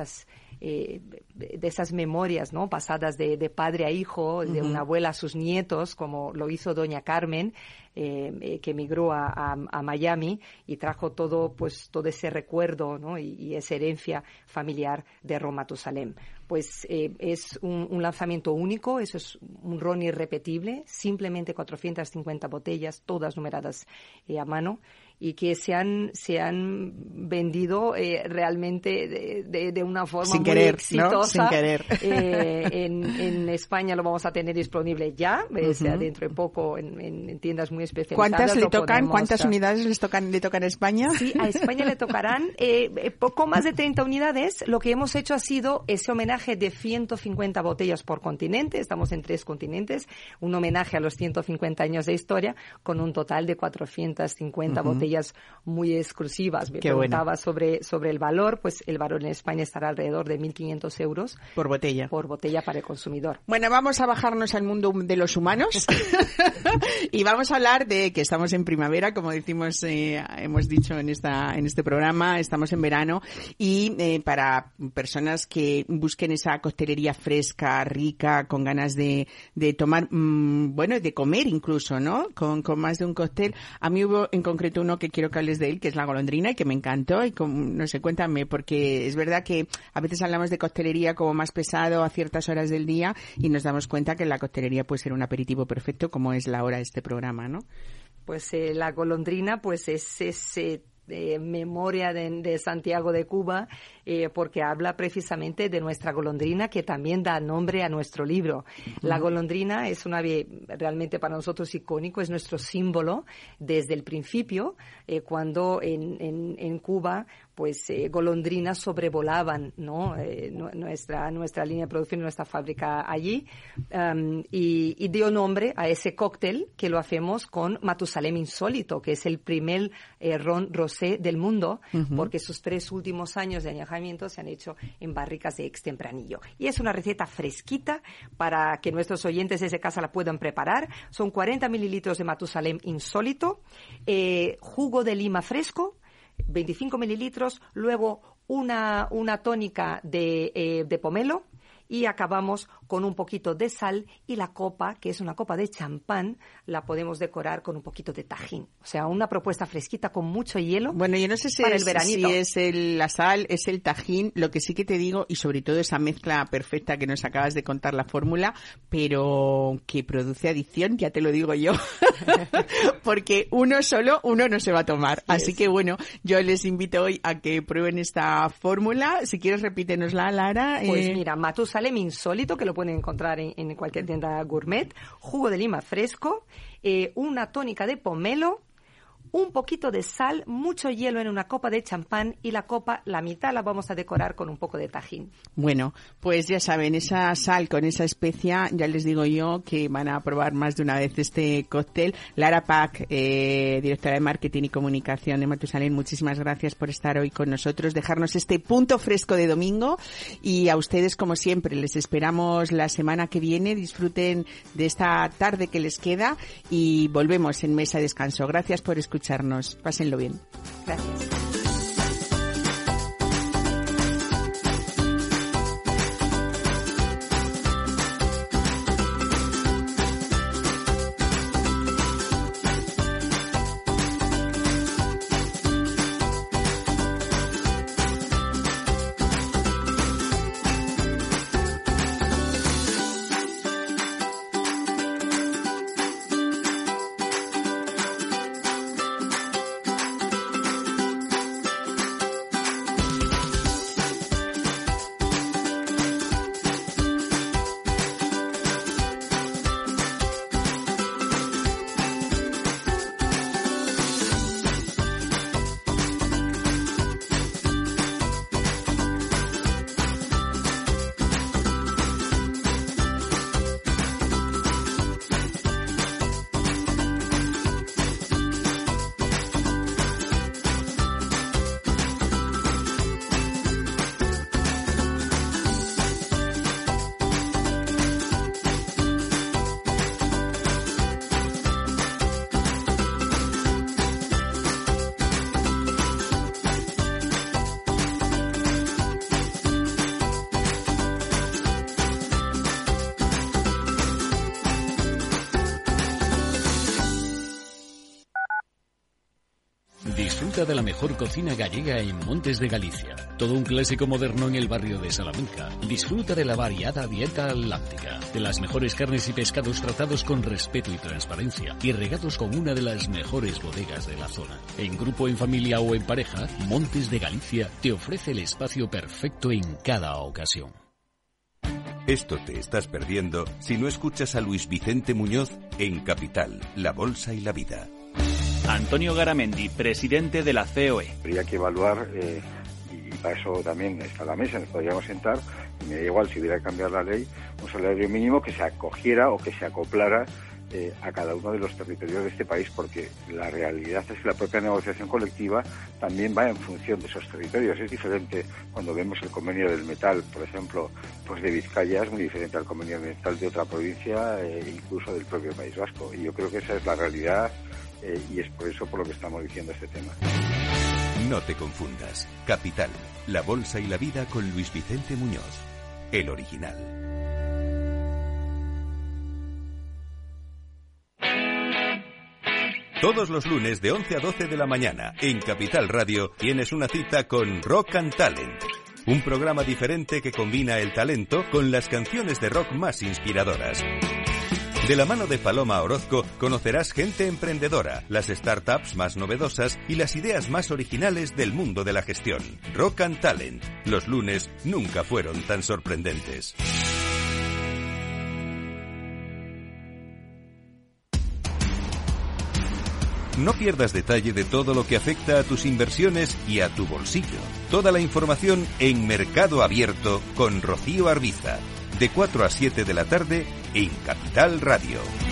S5: esas memorias, ¿no?, pasadas de padre a hijo, de una abuela a sus nietos, como lo hizo doña Carmen, que emigró a Miami y trajo todo ese recuerdo, ¿no?, y esa herencia familiar de Ron Matusalem. Pues es un lanzamiento único, eso es un ron irrepetible, simplemente 450 botellas, todas numeradas a mano, y que se han vendido realmente de una forma
S2: sin
S5: muy
S2: querer,
S5: exitosa.
S2: ¿no? Sin querer.
S5: En España lo vamos a tener disponible ya, sea dentro de poco en tiendas muy especializadas.
S2: ¿Cuántas le tocan? ¿Cuántas unidades le tocan a España?
S5: Sí, a España le tocarán poco más de 30 unidades. Lo que hemos hecho ha sido ese homenaje de 150 botellas por continente. Estamos en 3 continentes. Un homenaje a los 150 años de historia con un total de 450 botellas botellas muy exclusivas. Me preguntaba sobre el valor, pues el valor en España estará alrededor de 1.500 euros
S2: por botella
S5: para el consumidor.
S2: Bueno, vamos a bajarnos al mundo de los humanos y vamos a hablar de que estamos en primavera, como decimos, hemos dicho en este programa, estamos en verano y para personas que busquen esa coctelería fresca, rica, con ganas de tomar, bueno, de comer incluso, ¿no? Con más de un cóctel. A mí hubo en concreto uno que quiero que hables de él, que es la golondrina, y que me encantó. Y no sé, cuéntame, porque es verdad que a veces hablamos de coctelería como más pesado a ciertas horas del día y nos damos cuenta que la coctelería puede ser un aperitivo perfecto, como es la hora de este programa, ¿no?
S5: Pues la golondrina, pues es ese memoria de Santiago de Cuba, porque habla precisamente de nuestra golondrina, que también da nombre a nuestro libro. La golondrina es un ave realmente para nosotros icónico, es nuestro símbolo desde el principio, cuando en Cuba pues golondrinas sobrevolaban, ¿no? Nuestra línea de producción, nuestra fábrica allí, y dio nombre a ese cóctel que lo hacemos con Matusalem Insólito, que es el primer ron rosé del mundo, porque sus 3 últimos años de añejamiento se han hecho en barricas de extempranillo. Y es una receta fresquita para que nuestros oyentes desde casa la puedan preparar. Son 40 mililitros de Matusalem Insólito, jugo de lima fresco, 25 mililitros, luego una tónica de pomelo, y acabamos con un poquito de sal, y la copa, que es una copa de champán, la podemos decorar con un poquito de tajín. O sea, una propuesta fresquita con mucho hielo.
S2: Bueno, yo no sé si es la sal, es el tajín, lo que sí que te digo, y sobre todo esa mezcla perfecta que nos acabas de contar la fórmula, pero que produce adicción, ya te lo digo yo, porque uno no se va a tomar. Así que bueno, yo les invito hoy a que prueben esta fórmula. Si quieres, repítenosla, Lara.
S5: Pues mira, Matusalem Insólito, que lo pueden encontrar en cualquier tienda gourmet, jugo de lima fresco, una tónica de pomelo, un poquito de sal, mucho hielo en una copa de champán, y la copa, la mitad, la vamos a decorar con un poco de tajín.
S2: Bueno, pues ya saben, esa sal con esa especia, ya les digo yo que van a probar más de una vez este cóctel. Lara Pack, directora de Marketing y Comunicación de Matusalem, muchísimas gracias por estar hoy con nosotros, dejarnos este punto fresco de domingo, y a ustedes, como siempre, les esperamos la semana que viene. Disfruten de esta tarde que les queda y volvemos en Mesa de Descanso. Gracias por escucharnos. Pásenlo bien.
S5: Gracias.
S6: Disfruta de la mejor cocina gallega en Montes de Galicia. Todo un clásico moderno en el barrio de Salamanca. Disfruta de la variada dieta atlántica, de las mejores carnes y pescados tratados con respeto y transparencia, y regados con una de las mejores bodegas de la zona. En grupo, en familia o en pareja, Montes de Galicia te ofrece el espacio perfecto en cada ocasión.
S1: Esto te estás perdiendo si no escuchas a Luis Vicente Muñoz en Capital, La Bolsa y la Vida.
S7: Antonio Garamendi, presidente de la COE.
S8: Habría que evaluar, y para eso también está la mesa, nos podríamos sentar, y me da igual si hubiera que cambiar la ley, un salario mínimo que se acogiera o que se acoplara a cada uno de los territorios de este país, porque la realidad es que la propia negociación colectiva también va en función de esos territorios. Es diferente cuando vemos el convenio del metal, por ejemplo, pues de Vizcaya, es muy diferente al convenio del metal de otra provincia, incluso del propio País Vasco. Y yo creo que esa es la realidad y es por eso por lo que estamos diciendo este tema.
S1: No te confundas. Capital, la bolsa y la vida con Luis Vicente Muñoz, el original. Todos los lunes de 11 a 12 de la mañana en Capital Radio tienes una cita con Rock and Talent, un programa diferente que combina el talento con las canciones de rock más inspiradoras. De la mano de Paloma Orozco conocerás gente emprendedora, las startups más novedosas y las ideas más originales del mundo de la gestión. Rock and Talent. Los lunes nunca fueron tan sorprendentes. No pierdas detalle de todo lo que afecta a tus inversiones y a tu bolsillo. Toda la información en Mercado Abierto con Rocío Arbiza, de 4 a 7 de la tarde en Capital Radio.